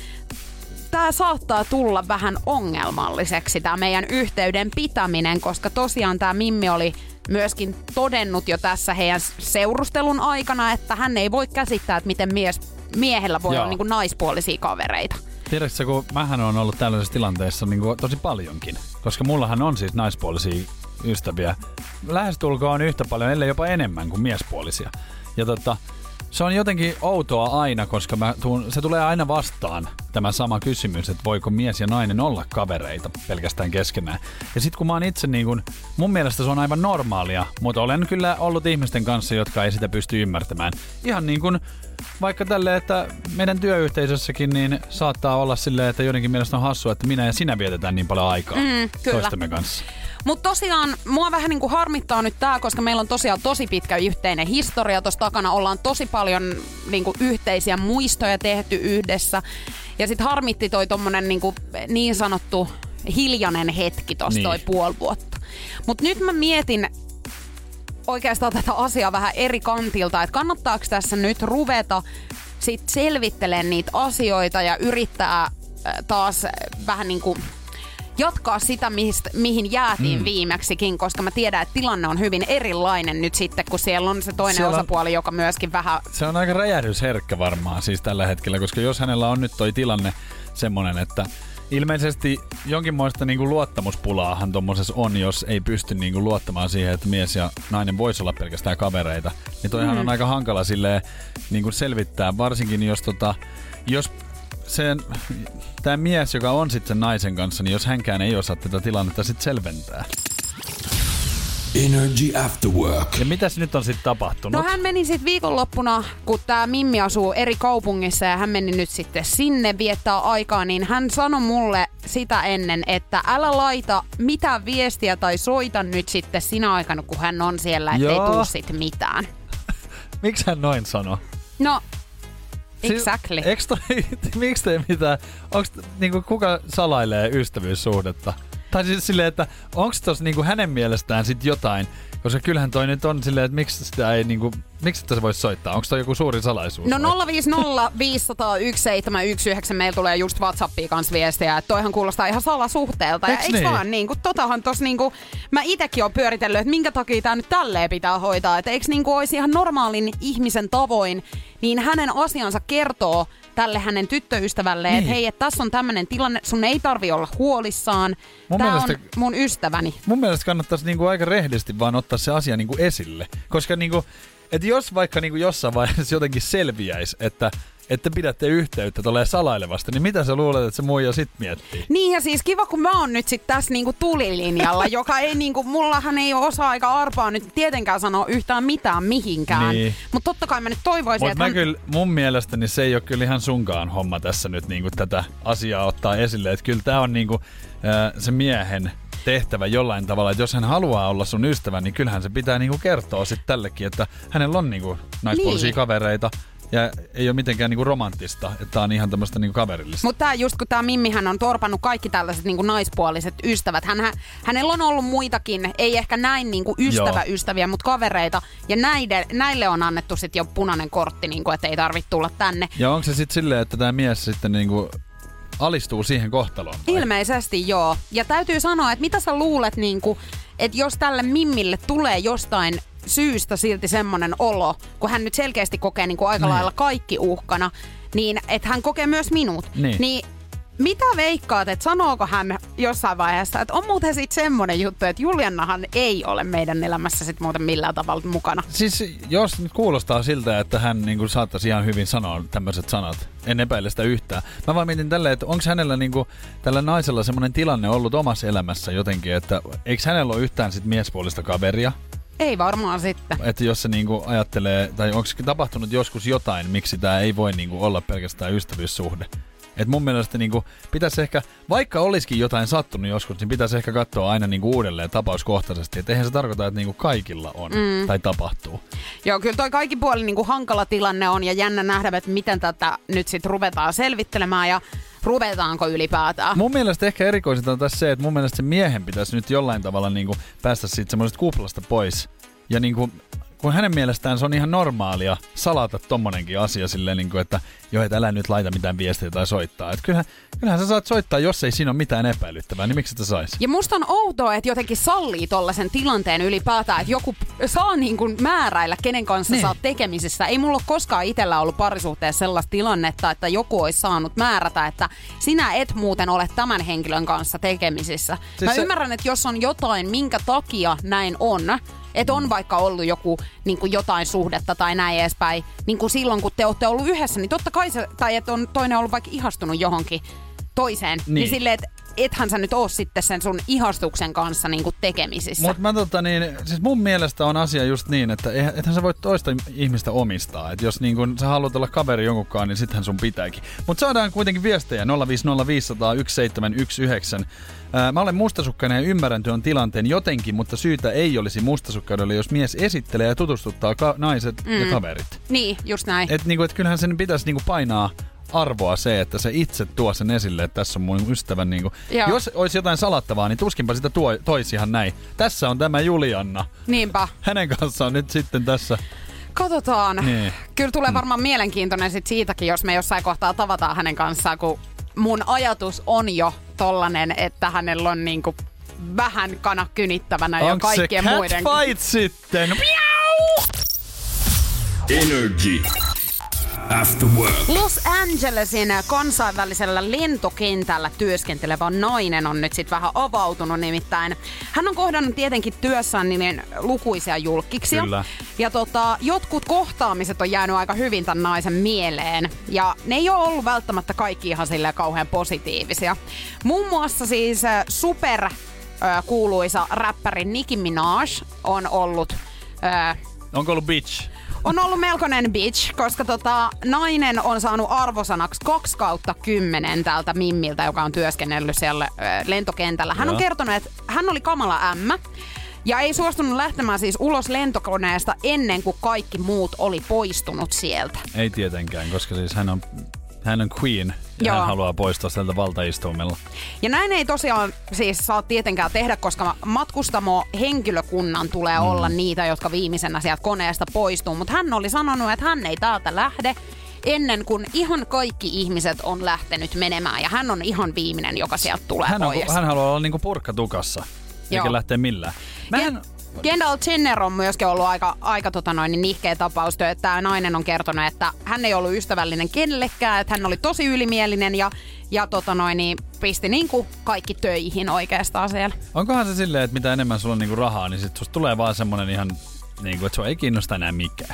tää saattaa tulla vähän ongelmalliseksi tää meidän yhteyden pitäminen, koska tosiaan tää Mimmi oli myöskin todennut jo tässä heidän seurustelun aikana, että hän ei voi käsittää, että miten mies, miehellä voi Joo. olla niin kuin naispuolisia kavereita. Tiedätkö, kun mähän on ollut tällaisessa tilanteessa niin kuin tosi paljonkin, koska mullahan on siis naispuolisia ystäviä. Lähestulkoon yhtä paljon, ellei jopa enemmän kuin miespuolisia. Ja tota, se on jotenkin outoa aina, koska mä tuun, se tulee aina vastaan tämä sama kysymys, että voiko mies ja nainen olla kavereita pelkästään keskenään. Ja sit kun mä oon itse niin kun, mun mielestä se on aivan normaalia, mutta olen kyllä ollut ihmisten kanssa, jotka ei sitä pysty ymmärtämään. Ihan niin kuin vaikka tälleen, että meidän työyhteisössäkin niin saattaa olla silleen, että joidenkin mielestä on hassua, että minä ja sinä vietetään niin paljon aikaa mm, toistemme kanssa. Mutta tosiaan mua vähän niinku harmittaa nyt tää, koska meillä on tosiaan tosi pitkä yhteinen historia. Tuossa takana ollaan tosi paljon niinku yhteisiä muistoja tehty yhdessä. Ja sit harmitti toi tommonen niinku niin sanottu hiljainen hetki tossa niin. toi puoli vuotta. Mut nyt mä mietin oikeastaan tätä asiaa vähän eri kantilta, että kannattaako tässä nyt ruveta sit selvittelemään niitä asioita ja yrittää taas vähän niinku jatkaa sitä, mistä, mihin jäätiin mm. viimeksikin, koska mä tiedän, että tilanne on hyvin erilainen nyt sitten, kun siellä on se toinen siellä osapuoli, joka myöskin vähän... Se on aika räjähdysherkkä varmaan siis tällä hetkellä, koska jos hänellä on nyt toi tilanne semmoinen, että ilmeisesti jonkinmoista niinku luottamuspulaahan tommosessa on, jos ei pysty niinku luottamaan siihen, että mies ja nainen voisi olla pelkästään kavereita. Niin toihan mm. on aika hankala silleen niinku selvittää, varsinkin jos tota... Jos sen, tämä mies, joka on sitten sen naisen kanssa, niin jos hänkään ei osaa tätä tilannetta sitten selventää. Energy After Work. Ja mitäs nyt on sitten tapahtunut? No hän meni sitten viikonloppuna, kun tämä Mimmi asuu eri kaupungissa ja hän meni nyt sitten sinne viettää aikaa, niin hän sanoi mulle sitä ennen, että älä laita mitään viestiä tai soita nyt sitten sinä aikana, kun hän on siellä, ettei tuu sit mitään. Miksi hän noin sanoi? No... Exactly. Siis, toi, miksi te mitään? Onks niinku kuka salailee ystävyyssuhdetta? Tai siis silleen, että onks tossa niinku hänen mielestään sit jotain? Koska kyllähän toi nyt on silleen, että miksi sitä ei niinku miksi että se voisi soittaa? Onko toi joku suuri salaisuus? No nolla viisi nolla viisi nolla nolla yksi seitsemän yksi yhdeksän meillä tulee just WhatsAppiin kanssa viestiä, että toihan kuulostaa ihan salasuhteelta. Eiks ja eiks niin? vaan niinku, totahan tossa niinku, mä itekin oon pyöritellyt, että minkä takia tää nyt tälleen pitää hoitaa. Että eiks niinku olisi ihan normaalin ihmisen tavoin, niin hänen asiansa kertoo tälle hänen tyttöystävälleen, niin. Että hei, että tässä on tämmönen tilanne, sun ei tarvi olla huolissaan. Mun Tää mielestä, on mun ystäväni. Mun mielestä kannattaisi niinku aika rehdisti vaan ottaa se asia niinku esille. Koska niinku, et jos vaikka niinku jossain vaiheessa jotenkin selviäisi, että että pidätte yhteyttä tolleen salailevasti, niin mitä sä luulet, että se muija sit miettii? Niin ja siis kiva, kun mä oon nyt sit tässä niinku tulilinjalla, joka ei niinku, mullahan ei ole osa aika arpaa nyt tietenkään sanoa yhtään mitään mihinkään. Niin. Mutta totta kai mä nyt toivoisin, Mut että... mä hän... kyllä, mun mielestäni se ei ole kyllä ihan sunkaan homma tässä nyt niinku tätä asiaa ottaa esille. Että kyllä tää on niinku äh, se miehen tehtävä jollain tavalla, että jos hän haluaa olla sun ystävä, niin kyllähän se pitää niinku kertoa sit tällekin, että hänellä on niinku naispuolisia niin. kavereita. Ja ei ole mitenkään niinku romanttista, että tää on ihan tämmöistä niinku kaverillista. Mutta tää just kun tää Mimmihän on torpannut kaikki tällaiset niinku naispuoliset ystävät. Hän, hänellä on ollut muitakin, ei ehkä näin niinku ystävä-ystäviä, mutta kavereita. Ja näide, näille on annettu sit jo punainen kortti, niinku, että ei tarvitse tulla tänne. Ja onko se sitten silleen, että tää mies sitten niinku alistuu siihen kohtaloon? Vai? Ilmeisesti joo. Ja täytyy sanoa, että mitä sä luulet, niinku, että jos tälle Mimmille tulee jostain syystä silti semmonen olo, kun hän nyt selkeästi kokee niin kuin aika niin. lailla kaikki uhkana, niin että hän kokee myös minut. Niin. niin mitä veikkaat, että sanooko hän jossain vaiheessa, että on muuten sit semmonen juttu, että Juliannahan ei ole meidän elämässä sit muuten millään tavalla mukana. Siis jos nyt kuulostaa siltä, että hän niin kuin saattaisi ihan hyvin sanoa tämmöiset sanat, en epäile sitä yhtään. Mä vaan mietin tälleen, että onko hänellä niin kuin, tällä naisella semmonen tilanne ollut omassa elämässä jotenkin, että eikö hänellä ole yhtään sit miespuolista kaveria? Ei varmaan sitten. Että jos se niinku ajattelee, tai onko tapahtunut joskus jotain, miksi tää ei voi niinku olla pelkästään ystävyyssuhde. Et mun mielestä niinku pitäisi ehkä, vaikka olisikin jotain sattunut joskus, niin pitäisi ehkä katsoa aina niinku uudelleen tapauskohtaisesti. Että eihän se tarkoita, että niinku kaikilla on mm. tai tapahtuu. Joo, kyllä toi kaikin puolin niinku hankala tilanne on ja jännä nähdä, että miten tätä nyt sit ruvetaan selvittelemään ja ruvetaanko ylipäätään. Mun mielestä ehkä erikoisinta on tässä se, että mun mielestä se miehen pitäisi nyt jollain tavalla niinku päästä siitä semmoisesta kuplasta pois. Ja niinku, kun hänen mielestään se on ihan normaalia salata tommonenkin asia silleen, niinku, että joo, et älä nyt laita mitään viestiä tai soittaa. Et kyllähän, kyllähän sä saat soittaa, jos ei siinä ole mitään epäilyttävää, niin miksi sitä sais? Ja musta on outoa, että jotenkin sallii tollasen tilanteen ylipäätään, että joku saa niin kuin määräillä, kenen kanssa niin. sä oot tekemisissä. Ei mulla ole koskaan itsellä ollut parisuhteessa sellaista tilannetta, että joku olisi saanut määrätä, että sinä et muuten ole tämän henkilön kanssa tekemisissä. Siis Mä se... ymmärrän, että jos on jotain, minkä takia näin on, että on vaikka ollut joku niin kuin jotain suhdetta tai näin edespäin, niin kuin silloin kun te olette ollut yhdessä, niin totta kai se, tai että on toinen ollut vaikka ihastunut johonkin toiseen, niin, niin silleen, että ethän sä nyt oo sitten sen sun ihastuksen kanssa niin kuin tekemisissä. Mutta mä tota niin, siis mun mielestä on asia just niin, että ethän sä voit toista ihmistä omistaa. Että jos niin kun sä haluat olla kaveri jonkunkaan, niin sittenhän sun pitääkin. Mutta saadaan kuitenkin viestejä nolla viisi nolla viisi nolla nolla yksi seitsemän yksi yhdeksän. Mä olen mustasukkainen ja ymmärrän tuon tilanteen jotenkin, mutta syytä ei olisi mustasukkaudelle, jos mies esittelee ja tutustuttaa ka- naiset mm. ja kaverit. Niin, just näin. Että niinku, et kyllähän sen pitäisi niinku painaa arvoa se, että se itse tuo sen esille, että tässä on mun ystävän. Niinku. Jos olisi jotain salattavaa, niin tuskinpa sitä tuo, toisi ihan näin. Tässä on tämä Julianna. Niinpä. Hänen kanssaan nyt sitten tässä. Katsotaan. Niin. Kyllä tulee varmaan mm. mielenkiintoinen sit siitäkin, jos me jossain kohtaa tavataan hänen kanssaan, kun mun ajatus on jo tollanen, että hänellä on niinku vähän kana kynittävänä ja kaikkien muiden. Onko se catfight sitten? Miau! Energy After Work. Los Angelesin kansainvälisellä lentokentällä työskentelevä nainen on nyt sitten vähän avautunut, nimittäin hän on kohdannut tietenkin työssään niin lukuisia julkkiksia. Kyllä. Ja tota, jotkut kohtaamiset on jäänyt aika hyvin tämän naisen mieleen. Ja ne ei ole ollut välttämättä kaikki ihan silleen kauhean positiivisia. Muun muassa siis super äh, kuuluisa räppäri Nicki Minaj on ollut... Äh, Onko ollut bitch? On ollut melkoinen bitch, koska tota, nainen on saanut arvosanaksi kaksi kautta kymmenen tältä Mimmiltä, joka on työskennellyt siellä ö, lentokentällä. Hän Joo. on kertonut, että hän oli kamala ämmä ja ei suostunut lähtemään siis ulos lentokoneesta ennen kuin kaikki muut oli poistunut sieltä. Ei tietenkään, koska siis hän on, hän on queen ja hän haluaa poistua sieltä valtaistuimella. Ja näin ei tosiaan siis saa tietenkään tehdä, koska matkustamo henkilökunnan tulee mm. olla niitä, jotka viimeisenä sieltä koneesta poistuu. Mutta hän oli sanonut, että hän ei täältä lähde ennen kuin ihan kaikki ihmiset on lähtenyt menemään. Ja hän on ihan viimeinen, joka sieltä tulee hän on, pois. Hän haluaa olla niinku purkka tukassa, eikä lähteä millään. Mähän... Kendall Jenner on myöskin ollut aika, aika tota noin, niin nihkeä tapaus. Tämä nainen on kertonut, että hän ei ollut ystävällinen kenellekään, että hän oli tosi ylimielinen ja, ja tota noin, niin pisti niinku kaikki töihin oikeastaan siellä. Onkohan se silleen, että mitä enemmän sulla on niinku rahaa, niin sit susta tulee vaan semmonen ihan, niinku, että sua ei kiinnosta enää mikään?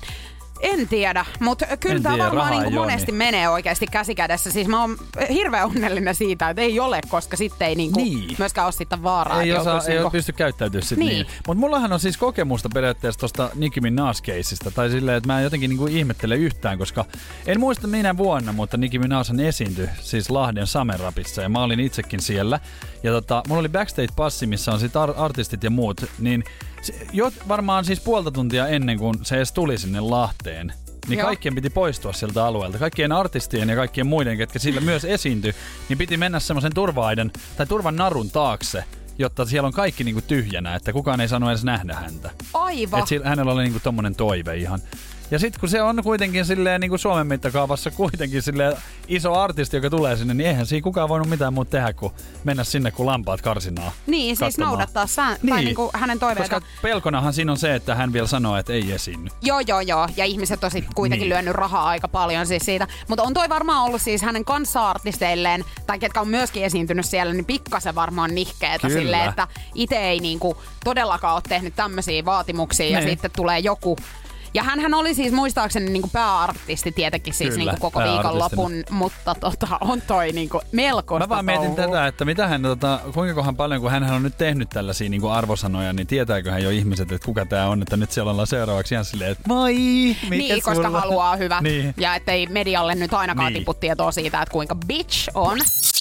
En tiedä, mutta kyllä tämä varmaan niin monesti niin. menee oikeasti käsikädessä. Siis mä oon hirveän onnellinen siitä, että ei ole, koska sitten ei niinku niin. myöskään ole sitten vaaraa. Ei, osaa, ei niinku... pysty käyttäytyä sitten niin. niin. Mutta mullahan on siis kokemusta periaatteessa tosta Nicki Minaj-keisistä. Tai silleen, että mä en jotenkin niinku ihmettele yhtään, koska en muista minä vuonna, mutta Nicki Minajhan esiintyi siis Lahden Summer Rapissa ja mä olin itsekin siellä. Ja tota, mulla oli backstage-passi, missä on sit artistit ja muut, niin jo varmaan siis puolta tuntia ennen kuin se edes tuli sinne Lahteen, niin Joo. kaikkien piti poistua sieltä alueelta. Kaikkien artistien ja kaikkien muiden, ketkä sillä myös esiintyi, niin piti mennä semmoisen turva-aiden tai turvan narun taakse, jotta siellä on kaikki niinku tyhjänä, että kukaan ei saanut edes nähdä häntä. Aivan. Et sillä, hänellä oli niinku tommonen toive ihan. Ja sit kun se on kuitenkin silleen niin kuin Suomen mittakaavassa kuitenkin silleen iso artisti, joka tulee sinne, niin eihän siinä kukaan voinut mitään muuta tehdä kuin mennä sinne, kun lampaat karsinaa. Niin, katsomaan. Siis noudattaa sään, niin. tai niin kuin hänen toiveita. Koska pelkonahan siinä on se, että hän vielä sanoo, että ei esiinny. Joo, joo, joo. Ja ihmiset on sitten kuitenkin niin. lyönyt rahaa aika paljon siis siitä. Mutta on toi varmaan ollut siis hänen kanssa-artisteilleen, tai ketkä on myöskin esiintynyt siellä, niin pikkasen varmaan nihkeetä silleen, että itse ei niinku todellakaan ole tehnyt tämmöisiä vaatimuksia. Ne. Ja sitten tulee joku... Ja hänhän oli siis muistaakseni niinku pääartisti tietenkin siis Kyllä, niinku koko viikonlopun, mutta tota, on toi niinku melkoista. Mä vaan mietin touhu. tätä, että mitä hän, tota, kuinka hän paljon, kun hän on nyt tehnyt tällaisia niinku arvosanoja, niin tietääköhän jo ihmiset, että kuka tää on, että nyt siellä ollaan seuraavaksi ihan silleen, että moi, mikä Niin, sulla? koska haluaa hyvät. Niin. Ja ettei medialle nyt ainakaan niin. tipu tietoa siitä, että kuinka bitch on.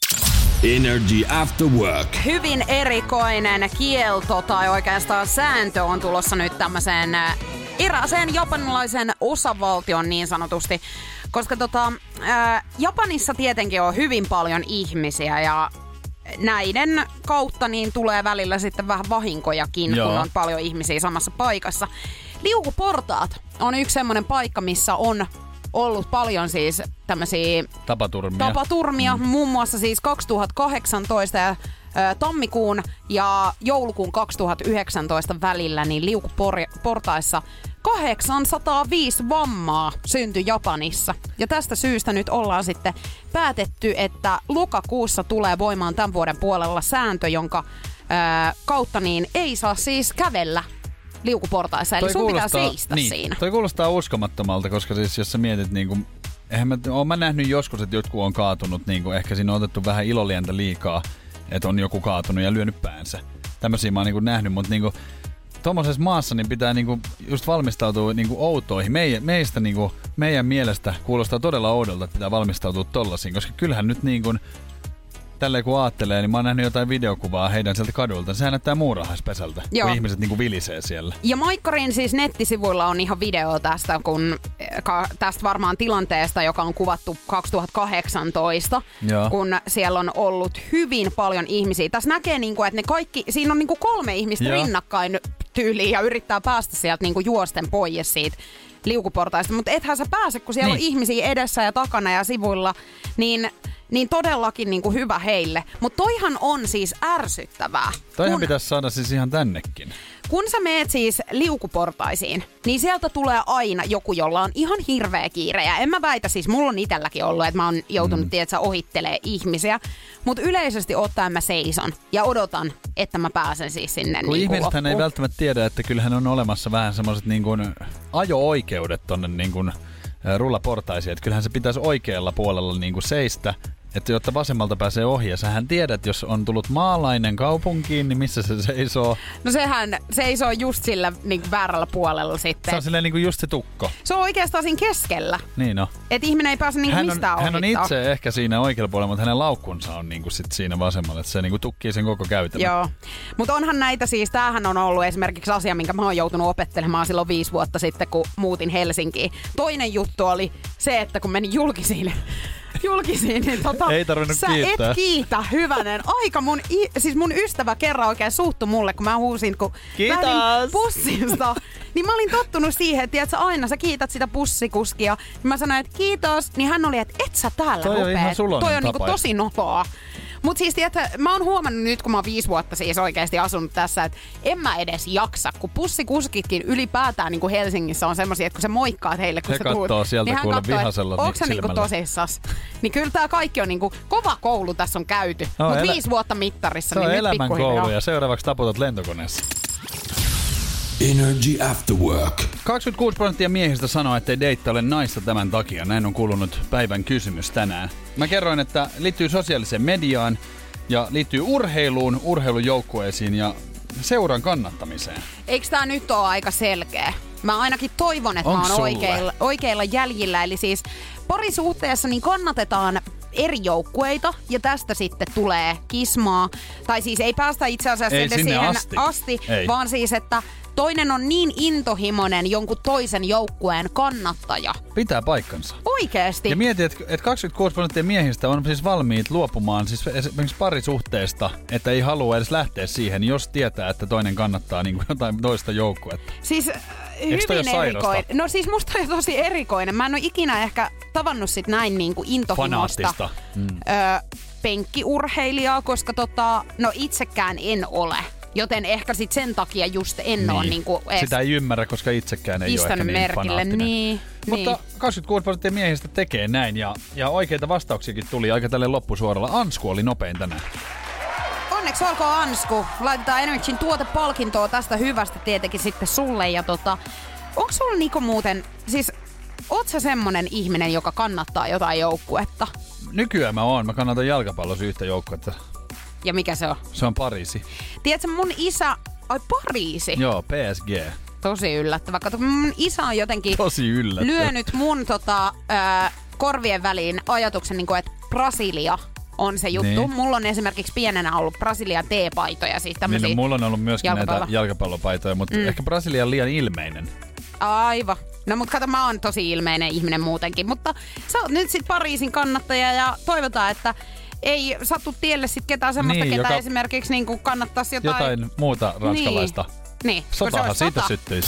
Energy After Work. Hyvin erikoinen kielto tai oikeastaan sääntö on tulossa nyt tämmöiseen erääseen japanilaisen osavaltion niin sanotusti, koska tota, ää, Japanissa tietenkin on hyvin paljon ihmisiä ja näiden kautta niin tulee välillä sitten vähän vahinkojakin, Joo. kun on paljon ihmisiä samassa paikassa. Liukuportaat on yksi semmoinen paikka, missä on ollut paljon siis tämmöisiä tapaturmia, tapaturmia mm. muun muassa siis kaksituhattakahdeksantoista ja tammikuun ja joulukuun kaksituhattayhdeksäntoista välillä niin liukuportaissa kahdeksansataaviisi vammaa syntyi Japanissa. Ja tästä syystä nyt ollaan sitten päätetty, että lokakuussa tulee voimaan tämän vuoden puolella sääntö, jonka ää, kautta niin ei saa siis kävellä liukuportaissa. Eli sun pitää seistä niin, siinä. Toi kuulostaa uskomattomalta, koska siis jos sä mietit niinku... Eihän mä, oon mä nähnyt joskus, että jotkut on kaatunut, niinku, ehkä siinä on otettu vähän ilolientä liikaa, että on joku kaatunut ja lyönyt päänsä. Tämmöisiä mä oon niinku nähnyt, mutta niinku, tuommoisessa maassa niin pitää niinku just valmistautua niinku outoihin. Meie, meistä niinku, meidän mielestä kuulostaa todella oudolta, että pitää valmistautua tollasiin, koska kyllähän nyt niinku, tälleen kun aattelee, niin mä oon nähnyt jotain videokuvaa heidän sieltä kadulta. Sehän näyttää muurahaispesältä, Joo. kun ihmiset niinku vilisee siellä. Ja Maikkarin siis nettisivuilla on ihan video tästä, kun ka, tästä varmaan tilanteesta, joka on kuvattu kaksituhattakahdeksantoista, Joo. kun siellä on ollut hyvin paljon ihmisiä. Tässä näkee, niinku, että ne kaikki, siinä on niinku kolme ihmistä Joo. rinnakkain tyyliin ja yrittää päästä sieltä niinku juosten pois siitä liukuportaista. Mutta ethän sä pääse, kun siellä niin. on ihmisiä edessä ja takana ja sivuilla, niin... Niin todellakin niin kuin hyvä heille. Mutta toihan on siis ärsyttävää. Toihan kun, pitäisi saada siis ihan tännekin. Kun sä meet siis liukuportaisiin, niin sieltä tulee aina joku, jolla on ihan hirveä kiire. Ja en mä väitä, siis mulla on itselläkin ollut, että mä oon joutunut, mm. tiedätkö, ohittelee ihmisiä. Mutta yleisesti ottaen mä seison ja odotan, että mä pääsen siis sinne kun niin ihmisethän ei välttämättä tiedä, että kyllähän on olemassa vähän semmoiset niin kuin ajo-oikeudet tonne niin kuin rullaportaisiin. Että kyllähän se pitäisi oikealla puolella niin kuin seistä, että jotta vasemmalta pääsee ohi. Ja sähän tiedät, jos on tullut maalainen kaupunkiin, niin missä se seisoo? No sehän seisoo just sillä niin väärällä puolella sitten. Se on silleen niin kuin just se tukko. Se on oikeastaan siinä keskellä. Niin on. Että ihminen ei pääse niin hän mistään on, ohittaa. Hän on itse ehkä siinä oikealla puolella, mutta hänen laukkunsa on niin kuin sit siinä vasemmalla. Että se niin kuin tukkii sen koko käytävän. Joo. Mutta onhan näitä siis, tämähän on ollut esimerkiksi asia, minkä mä oon joutunut opettelemaan silloin viisi vuotta sitten, kun muutin Helsinkiin. Toinen juttu oli se, että kun menin julkisiin julkisiin, niin tota, ei tarvinnut sä kiittää. et kiitä, hyvänen. Aika mun, siis mun ystävä kerran oikein suuttu mulle, kun mä huusin, kun Kiitos. lähdin bussista. Niin mä olin tottunut siihen, että tiiätkö, aina sä kiität sitä bussikuskia. Niin mä sanoin, että kiitos. Niin hän oli, että et sä täällä Toi on rupeet. ihan suloinen Toi on niinku tapa. tosi nopoa. Mut siis tiedätkö, mä oon huomannut nyt, kun mä oon viisi vuotta siis oikeesti asunut tässä, että en mä edes jaksa, kun bussikuskitkin ylipäätään niin kuin Helsingissä on semmosia, että kun sä moikkaat heille, kun se sä kattoo tuut, sieltä niin hän kuule kattoo, vihasella onko sä niinku silmällä. tosissas? Niin kyllä tää kaikki on niinku kova koulu tässä on käyty, No, mut elä... viisi vuotta mittarissa, se on niin nyt elämän pikkuhiljaa. koulu ja seuraavaksi taputat lentokoneessa. Energy After Work. kaksikymmentäkuusi prosenttia miehistä sanoo, ettei deitta ole naista tämän takia. Näin on kuulunut päivän kysymys tänään. Mä kerroin, että liittyy sosiaaliseen mediaan ja liittyy urheiluun, urheilujoukkueisiin ja seuran kannattamiseen. Eikö tää nyt ole aika selkeä? Mä ainakin toivon, että Onks mä oon sulle? oikeilla, oikeilla jäljillä. Eli siis parisuhteessa niin kannatetaan eri joukkueita ja tästä sitten tulee kismaa. Tai siis ei päästä itse asiassa Ei edes sinne siihen asti. asti Ei. vaan siis, että toinen on niin intohimoinen jonkun toisen joukkueen kannattaja. Pitää paikkansa. Oikeesti. Ja mieti, että et kaksikymmentäkuusi prosenttia miehistä on siis valmiit luopumaan siis esimerkiksi parisuhteesta, että ei halua edes lähteä siihen, jos tietää, että toinen kannattaa niin kuin jotain toista joukkuetta. Siis äh, Eikö toi hyvin ole sairasta? erikoinen. No siis musta on tosi erikoinen. Mä en ole ikinä ehkä tavannut sit näin niinku intohimosta Fanaattista. Mm. ö, penkkiurheilijaa, koska tota, no itsekään en ole. Joten ehkä sit sen takia just en niin. ole niinku edes Sitä ei ymmärrä, koska itsekään ei ole ehkä pistänyt niin merkille. fanaattinen. Niin, Mutta niin. kaksikymmentäkuusi prosenttia miehistä tekee näin ja, ja oikeita vastauksiakin tuli aika tälle loppusuoralla. Ansku oli nopein tänään. Onneksi olkoon Ansku. Laitetaan Energyn tuotepalkintoa tästä hyvästä tietenkin sitten sulle. Ja tota, onko sulla Niko muuten, siis oot sä semmonen ihminen, joka kannattaa jotain joukkuetta? Nykyään mä oon. Mä kannatan jalkapallossa yhtä joukkuetta. Ja mikä se on? Se on Pariisi. Tiedätkö, mun isä... Ai Pariisi. Joo, P S G. Tosi yllättävä. Kato, mun isä on jotenkin Tosi yllättävä. lyönyt mun tota, äh, korvien väliin ajatuksen, niin kuin, että Brasilia on se juttu. Niin. Mulla on esimerkiksi pienenä ollut Brasilian teepaitoja. Siis tämmösiä Niin, no, mulla on ollut myöskin jalkapallo. näitä jalkapallopaitoja, mutta mm. ehkä Brasilia on liian ilmeinen. Aivan. No mut kato, mä oon tosi ilmeinen ihminen muutenkin. Mutta sä oot nyt sit Pariisin kannattaja ja toivotaan, että ei sattu tielle sit ketään semmoista, Niin, ketä joka- esimerkiksi niinku kannattaisi jotain... Jotain muuta ranskalaista. Niin, niin kun se Sotahan olisi siitä sota. syttyisi.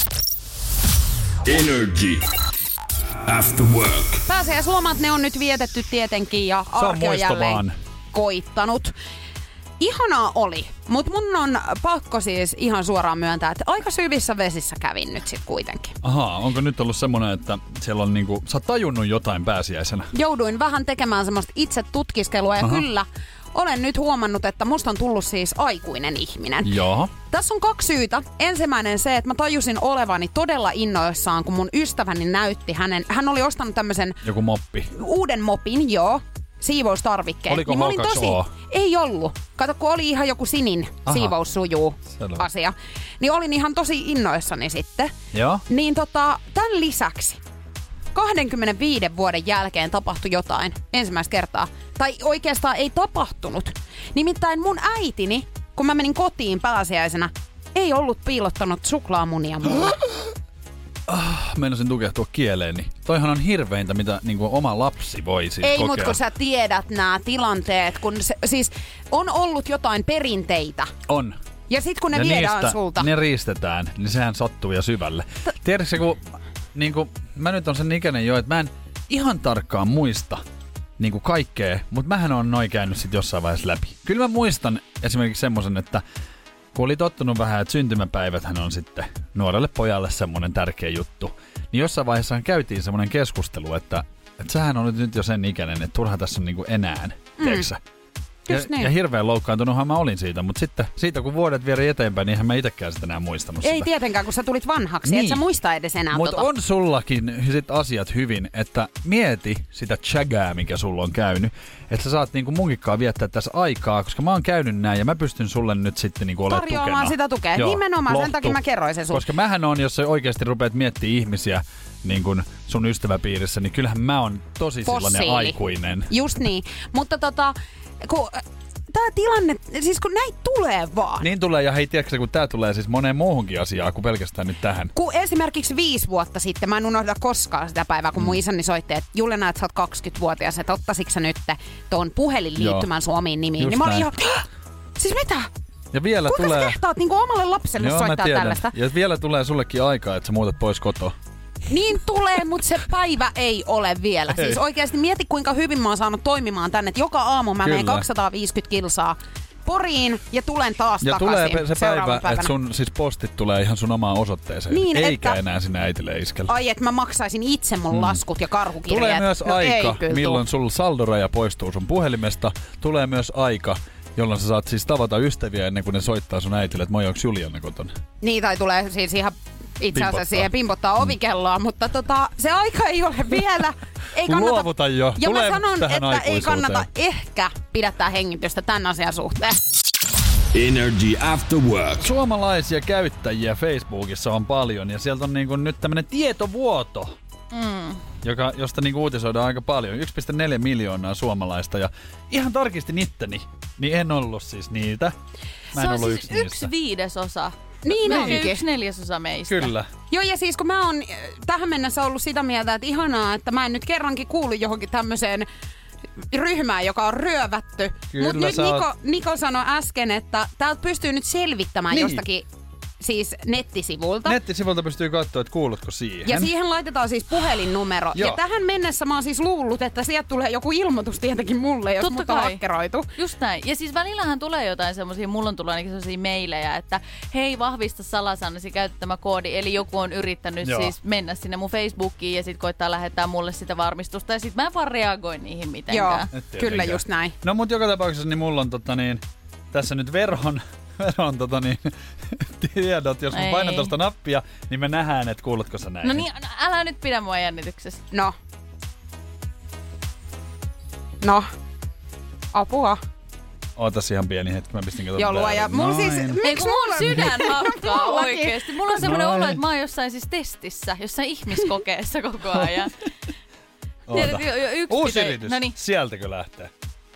Energy After Work. Pääsiäislomat ne on nyt vietetty tietenkin ja Se on arki on muisto jälleen vaan. koittanut. Ihanaa oli, mutta mun on pakko siis ihan suoraan myöntää, että aika syvissä vesissä kävin nyt sit kuitenkin. Ahaa, onko nyt ollut semmonen, että siellä on niinku, sä oot tajunnut jotain pääsiäisenä? Jouduin vähän tekemään semmoista itse tutkiskelua ja Aha. kyllä olen nyt huomannut, että musta on tullut siis aikuinen ihminen. Joo. Tässä on kaksi syytä. Ensimmäinen se, että mä tajusin olevani todella innoissaan, kun mun ystäväni näytti hänen, hän oli ostanut tämmöisen Joku moppi. uuden mopin, joo, siivoustarvikkeen. Oliko niin mä olin H kaksi O? ei ollut. Kato, kun oli ihan joku sinin Aha. siivoussujuu Selvä. asia. Niin olin ihan tosi innoissani sitten. Joo. Niin tota, tämän lisäksi kaksikymmentäviiden vuoden jälkeen tapahtui jotain ensimmäistä kertaa. Tai oikeastaan ei tapahtunut. Nimittäin mun äitini, kun mä menin kotiin pääsiäisenä, ei ollut piilottanut suklaamunia mulle. Meinasin tukehtua kieleeni. Toihan on hirveintä, mitä niinku oma lapsi voi siis Ei, kokea. mut kun sä tiedät nämä tilanteet, kun se, siis on ollut jotain perinteitä. On. Ja sit kun ne ja viedään niistä, sulta. ne riistetään, niin sehän sattuu ja syvälle. T- Tiedätkö, kun niinku, mä nyt on sen ikäinen jo, että mä en ihan tarkkaan muista niinku kaikkea, mutta mähän on noin käynyt sit jossain vaiheessa läpi. Kyllä mä muistan esimerkiksi semmosen, että kun oli tottunut vähän, että syntymäpäiväthän on sitten nuorelle pojalle semmonen tärkeä juttu, niin jossain vaiheessa käytiin semmonen keskustelu, että, että sähän on nyt jo sen ikäinen, että turha tässä on niinku enää, mm. tiedätkö? Ja, Just niin. ja hirveän loukkaantunuthan mä olin siitä, mutta sitten siitä kun vuodet vieri eteenpäin, niin eihän mä itekään sitä enää muistanut Ei sitä. tietenkään, kun sä tulit vanhaksi, Niin. et sä muista edes enää Mutta tota. on sullakin sit asiat hyvin, että mieti sitä chagää, mikä sulla on käynyt. Että sä saat niinku munkikkaa viettää tässä aikaa, koska mä oon käynyt näin ja mä pystyn sulle nyt sitten niinku olemaan tukena. Tarjoamaan sitä tukea. Nimenomaan, sen lohtu. takia mä kerroin sen sulle. Koska mähän on, jos sä oikeasti rupeat miettimään ihmisiä niin kun sun ystäväpiirissä, niin kyllähän mä oon tosi sellainen Fossiili. aikuinen. Just niin. Mutta tota, kun tää tilanne, siis kun näitä tulee vaan. Niin tulee, ja hei, tiedätkö, kun tää tulee siis moneen muuhunkin asiaan, kuin pelkästään nyt tähän. Kun esimerkiksi viisi vuotta sitten, mä en unohda koskaan sitä päivää, kun mun mm. isäni soitti, että Juliana, että sä oot kaksikymmentävuotias, että ottasitko sä nyt ton puhelinliittymän Suomiin nimiin. Just niin mä olin näin. ihan, siis mitä? Ja vielä Kuinka tulee... sä kehtaat niinku omalle lapselle Joo, soittaa mä tällaista? Ja vielä tulee sullekin aikaa, että sä muutat pois kotoa. Niin tulee, mutta se päivä ei ole vielä. Ei. Siis oikeasti mieti, kuinka hyvin mä oon saanut toimimaan tänne, että joka aamu mä Kyllä. menen kaksisataaviisikymmentä kilsaa Poriin ja tulen taas ja takaisin. tulee se päivä, päivänä. että sun siis postit tulee ihan sun omaan osoitteeseen. Niin, eikä että... enää sinä äitille iskellä. Ai, että mä maksaisin itse mun mm. laskut ja karhukirjeet. Tulee myös no, aika, ei, milloin sulla saldoraja poistuu sun puhelimesta. Tulee myös aika, jolloin sä saat siis tavata ystäviä ennen kuin ne soittaa sun äitille, että moi, onks Juliana kotona? Niin, tai tulee siis ihan itse asiassa Pimpottaa. siihen pimpottaa ovikelloa, mutta tota, se aika ei ole vielä. Ei kannata... Luovuta jo. Ja Tulee mä sanon, tähän että ei kannata aikuisuuteen. ehkä pidättää hengitystä tämän asian suhteen. Energy After Work. Suomalaisia käyttäjiä Facebookissa on paljon ja sieltä on niinku nyt tämmönen tietovuoto, mm. joka, josta niinku uutisoidaan aika paljon. yksi pilkku neljä miljoonaa suomalaista ja ihan tarkistin itteni, niin en ollut siis niitä. Mä en se on ollut siis yksi niistä. yksi viidesosa. Niin Me onkin. yksi neljäsosa meistä. Kyllä. Joo, ja siis kun mä oon tähän mennessä ollut sitä mieltä, että ihanaa, että mä en nyt kerrankin kuulu johonkin tämmöiseen ryhmään, joka on ryövätty. Mutta nyt Niko, oot... Niko sanoi äsken, että täältä pystyy nyt selvittämään niin. jostakin siis nettisivulta. Nettisivulta pystyy katsoa, että kuulutko siihen. Ja siihen laitetaan siis puhelinnumero. Joo. Ja tähän mennessä mä oon siis luullut, että sieltä tulee joku ilmoitus tietenkin mulle, jos Totta mut on kai. hakkeroitu. Just näin. Ja siis välillähän tulee jotain semmosia, mulla on tullut ainakin semmosia meilejä, että hei, vahvista salasanasi käyttämä koodi. Eli joku on yrittänyt Joo. siis mennä sinne mun Facebookiin ja sit koittaa lähettää mulle sitä varmistusta. Ja sit mä en vaan reagoi niihin mitenkään. Joo, kyllä just näin. No mut joka tapauksessa niin mulla on tota niin, tässä nyt verhon, verhon tota niin, tiedot. Jos mä Ei. painan tosta nappia, niin me nähdään, että kuulutko sä näin. No niin, älä nyt pidä mua jännityksessä. No. No. Apua. Ootas ihan pieni hetki, mä pistin kato. Joulua ja mulla siis... Ei Miksi kun mun sydän hakkaa Mullakin. oikeesti. Mulla on semmonen Noin. olo, että mä oon jossain siis testissä, jossain ihmiskokeessa koko ajan. Oota. Tiedät, jo- jo yksi Uusi pitää- yritys. Noniin. Sieltäkö lähtee?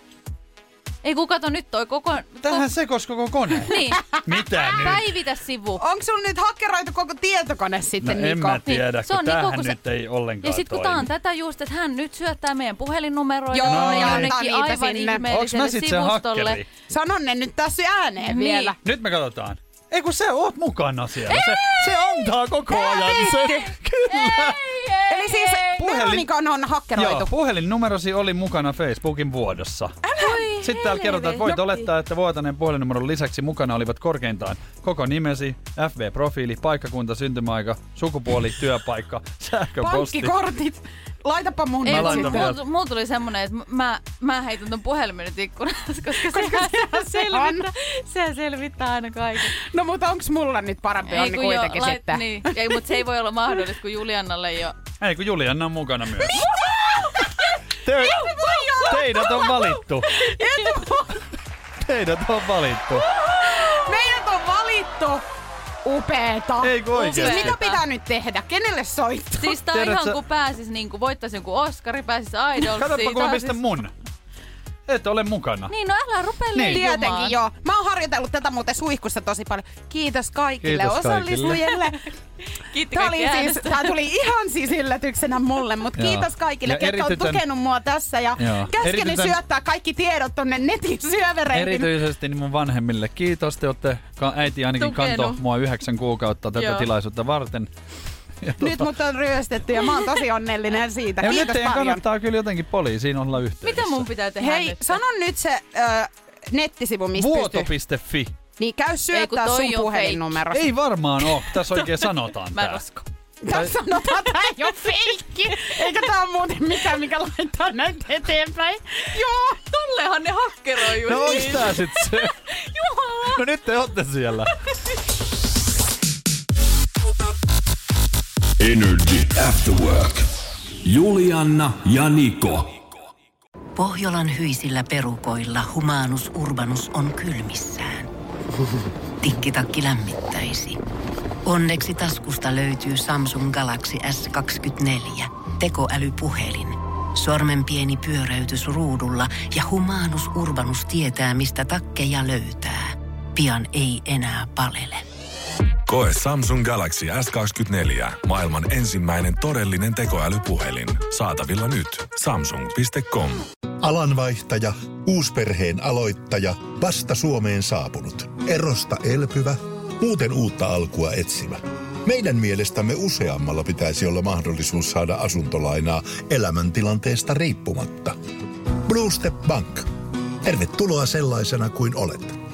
Ei kun kato nyt toi koko... Tähän sekos koko kone. Niin. Mitä nyt? Päivitä sivu. Onko sun nyt hakkeroitu koko tietokone No sitten, en Niko? mä tiedä, Niin, se kun on Niko, tämähän kun se- nyt ei ollenkaan Ja sit kun toimi. tää on tätä just, että hän nyt syöttää meidän puhelinnumeroita Joo, tuonne ja jonnekin antaa niitä aivan sinne. Onks mä ihmeelliselle sit se sivustolle. hakkeri? Sanon ne nyt tässä ääneen Niin. vielä. Nyt me katsotaan. Ei kun sä oot mukana siellä. Se, se antaa koko ajan. Se, kyllä. Eli siis Veronikon on hakkeroitu. Joo, puhelinnumerosi oli mukana Facebookin vuodossa. Sitten täällä kerrotaan, että voit olettaa, että vuotaneen puhelinnumeron lisäksi mukana olivat korkeintaan koko nimesi, F B-profiili, paikkakunta, syntymäaika, sukupuoli, työpaikka, sähköposti. Pankkikortit. Laitapa mun Ei, Mä nyt laitan sitten. vielä. mulla, mulla tuli semmonen, että mä, mä heitän ton puhelimen nyt ikkunasta, koska, koska sehän, se selvittää, sehän selvittää aina kaiken. No mutta onks mulla nyt parempi onni kun kuitenkin jo, sitten? Niin, ei, mutta se ei voi olla mahdollista, kun Juliannalle jo... Ei kun Julianna on mukana myös. Te, teidät on valittu. Teidät on valittu. Meidät on valittu. Upeeta. Ei kun oikeesti. Siis mitä pitää nyt tehdä? Kenelle soittaa? Siis tää on Tiedät ihan sä- kun pääsis niinku, voittaisi jonkun Oscarin, pääsis Idolsiin. Katsoppa, kun Tää mä on pistän siis- mun. Et ole mukana. Niin, no älä rupea Niin. leijumaan. Tietenkin joo. Mä oon harjoitellut tätä muuten suihkussa tosi paljon. Kiitos kaikille Kiitos osallistujille. Kiitti Tää, kaikki oli siis, äänestäjät. tää tuli ihan siis yllätyksenä mulle, mutta Joo. kiitos kaikille, Ja ketkä on erityisen- tukenut mua tässä ja Joo. käskenyt Erityisen- syöttää kaikki tiedot tonne netin syövereihin. Erityisesti niin mun vanhemmille kiitos. Te olette, ka- äiti ainakin Tukenut. kantoi mua yhdeksän kuukautta tätä Joo. tilaisuutta varten. Ja Nyt mut on ryöstetty ja mä oon tosi onnellinen siitä. ja nyt Kiitos teidän paljon. kannattaa kyllä jotenkin poliisiin olla yhteydessä. Mitä mun pitää tehdä Hei, nyt? sano nyt se ö, nettisivu, mistä Vuoto pystyy. piste fi. Niin käy syöttää toi sun on puhelinnumerosi. Ei varmaan oo. Tässä oikein sanotaan Mä en tää. usko. Tässä sanotaan, tää ei oo feikki. Eikä tää oo muuten mikään, mikä laittaa näitä eteenpäin. Joo. Tollehan ne hakkeroi just. No onks tää sit se? Jumala. No nyt te ootte siellä. Energy After Work. Julianna ja Niko. Pohjolan hyisillä perukoilla Humanus Urbanus on kylmissään. Tikkitakki lämmittäisi. Onneksi taskusta löytyy Samsung Galaxy S kaksikymmentäneljä, tekoälypuhelin. Sormen pieni pyöräytys ruudulla ja Humanus Urbanus tietää, mistä takkeja löytää. Pian ei enää palele. Koe Samsung Galaxy S kaksikymmentäneljä. Maailman ensimmäinen todellinen tekoälypuhelin. Saatavilla nyt. samsung piste com. Alanvaihtaja, uusperheen aloittaja, vasta Suomeen saapunut. Erosta elpyvä, muuten uutta alkua etsimä. Meidän mielestämme useammalla pitäisi olla mahdollisuus saada asuntolainaa elämäntilanteesta riippumatta. Blue Step Bank. Tervetuloa sellaisena kuin olet.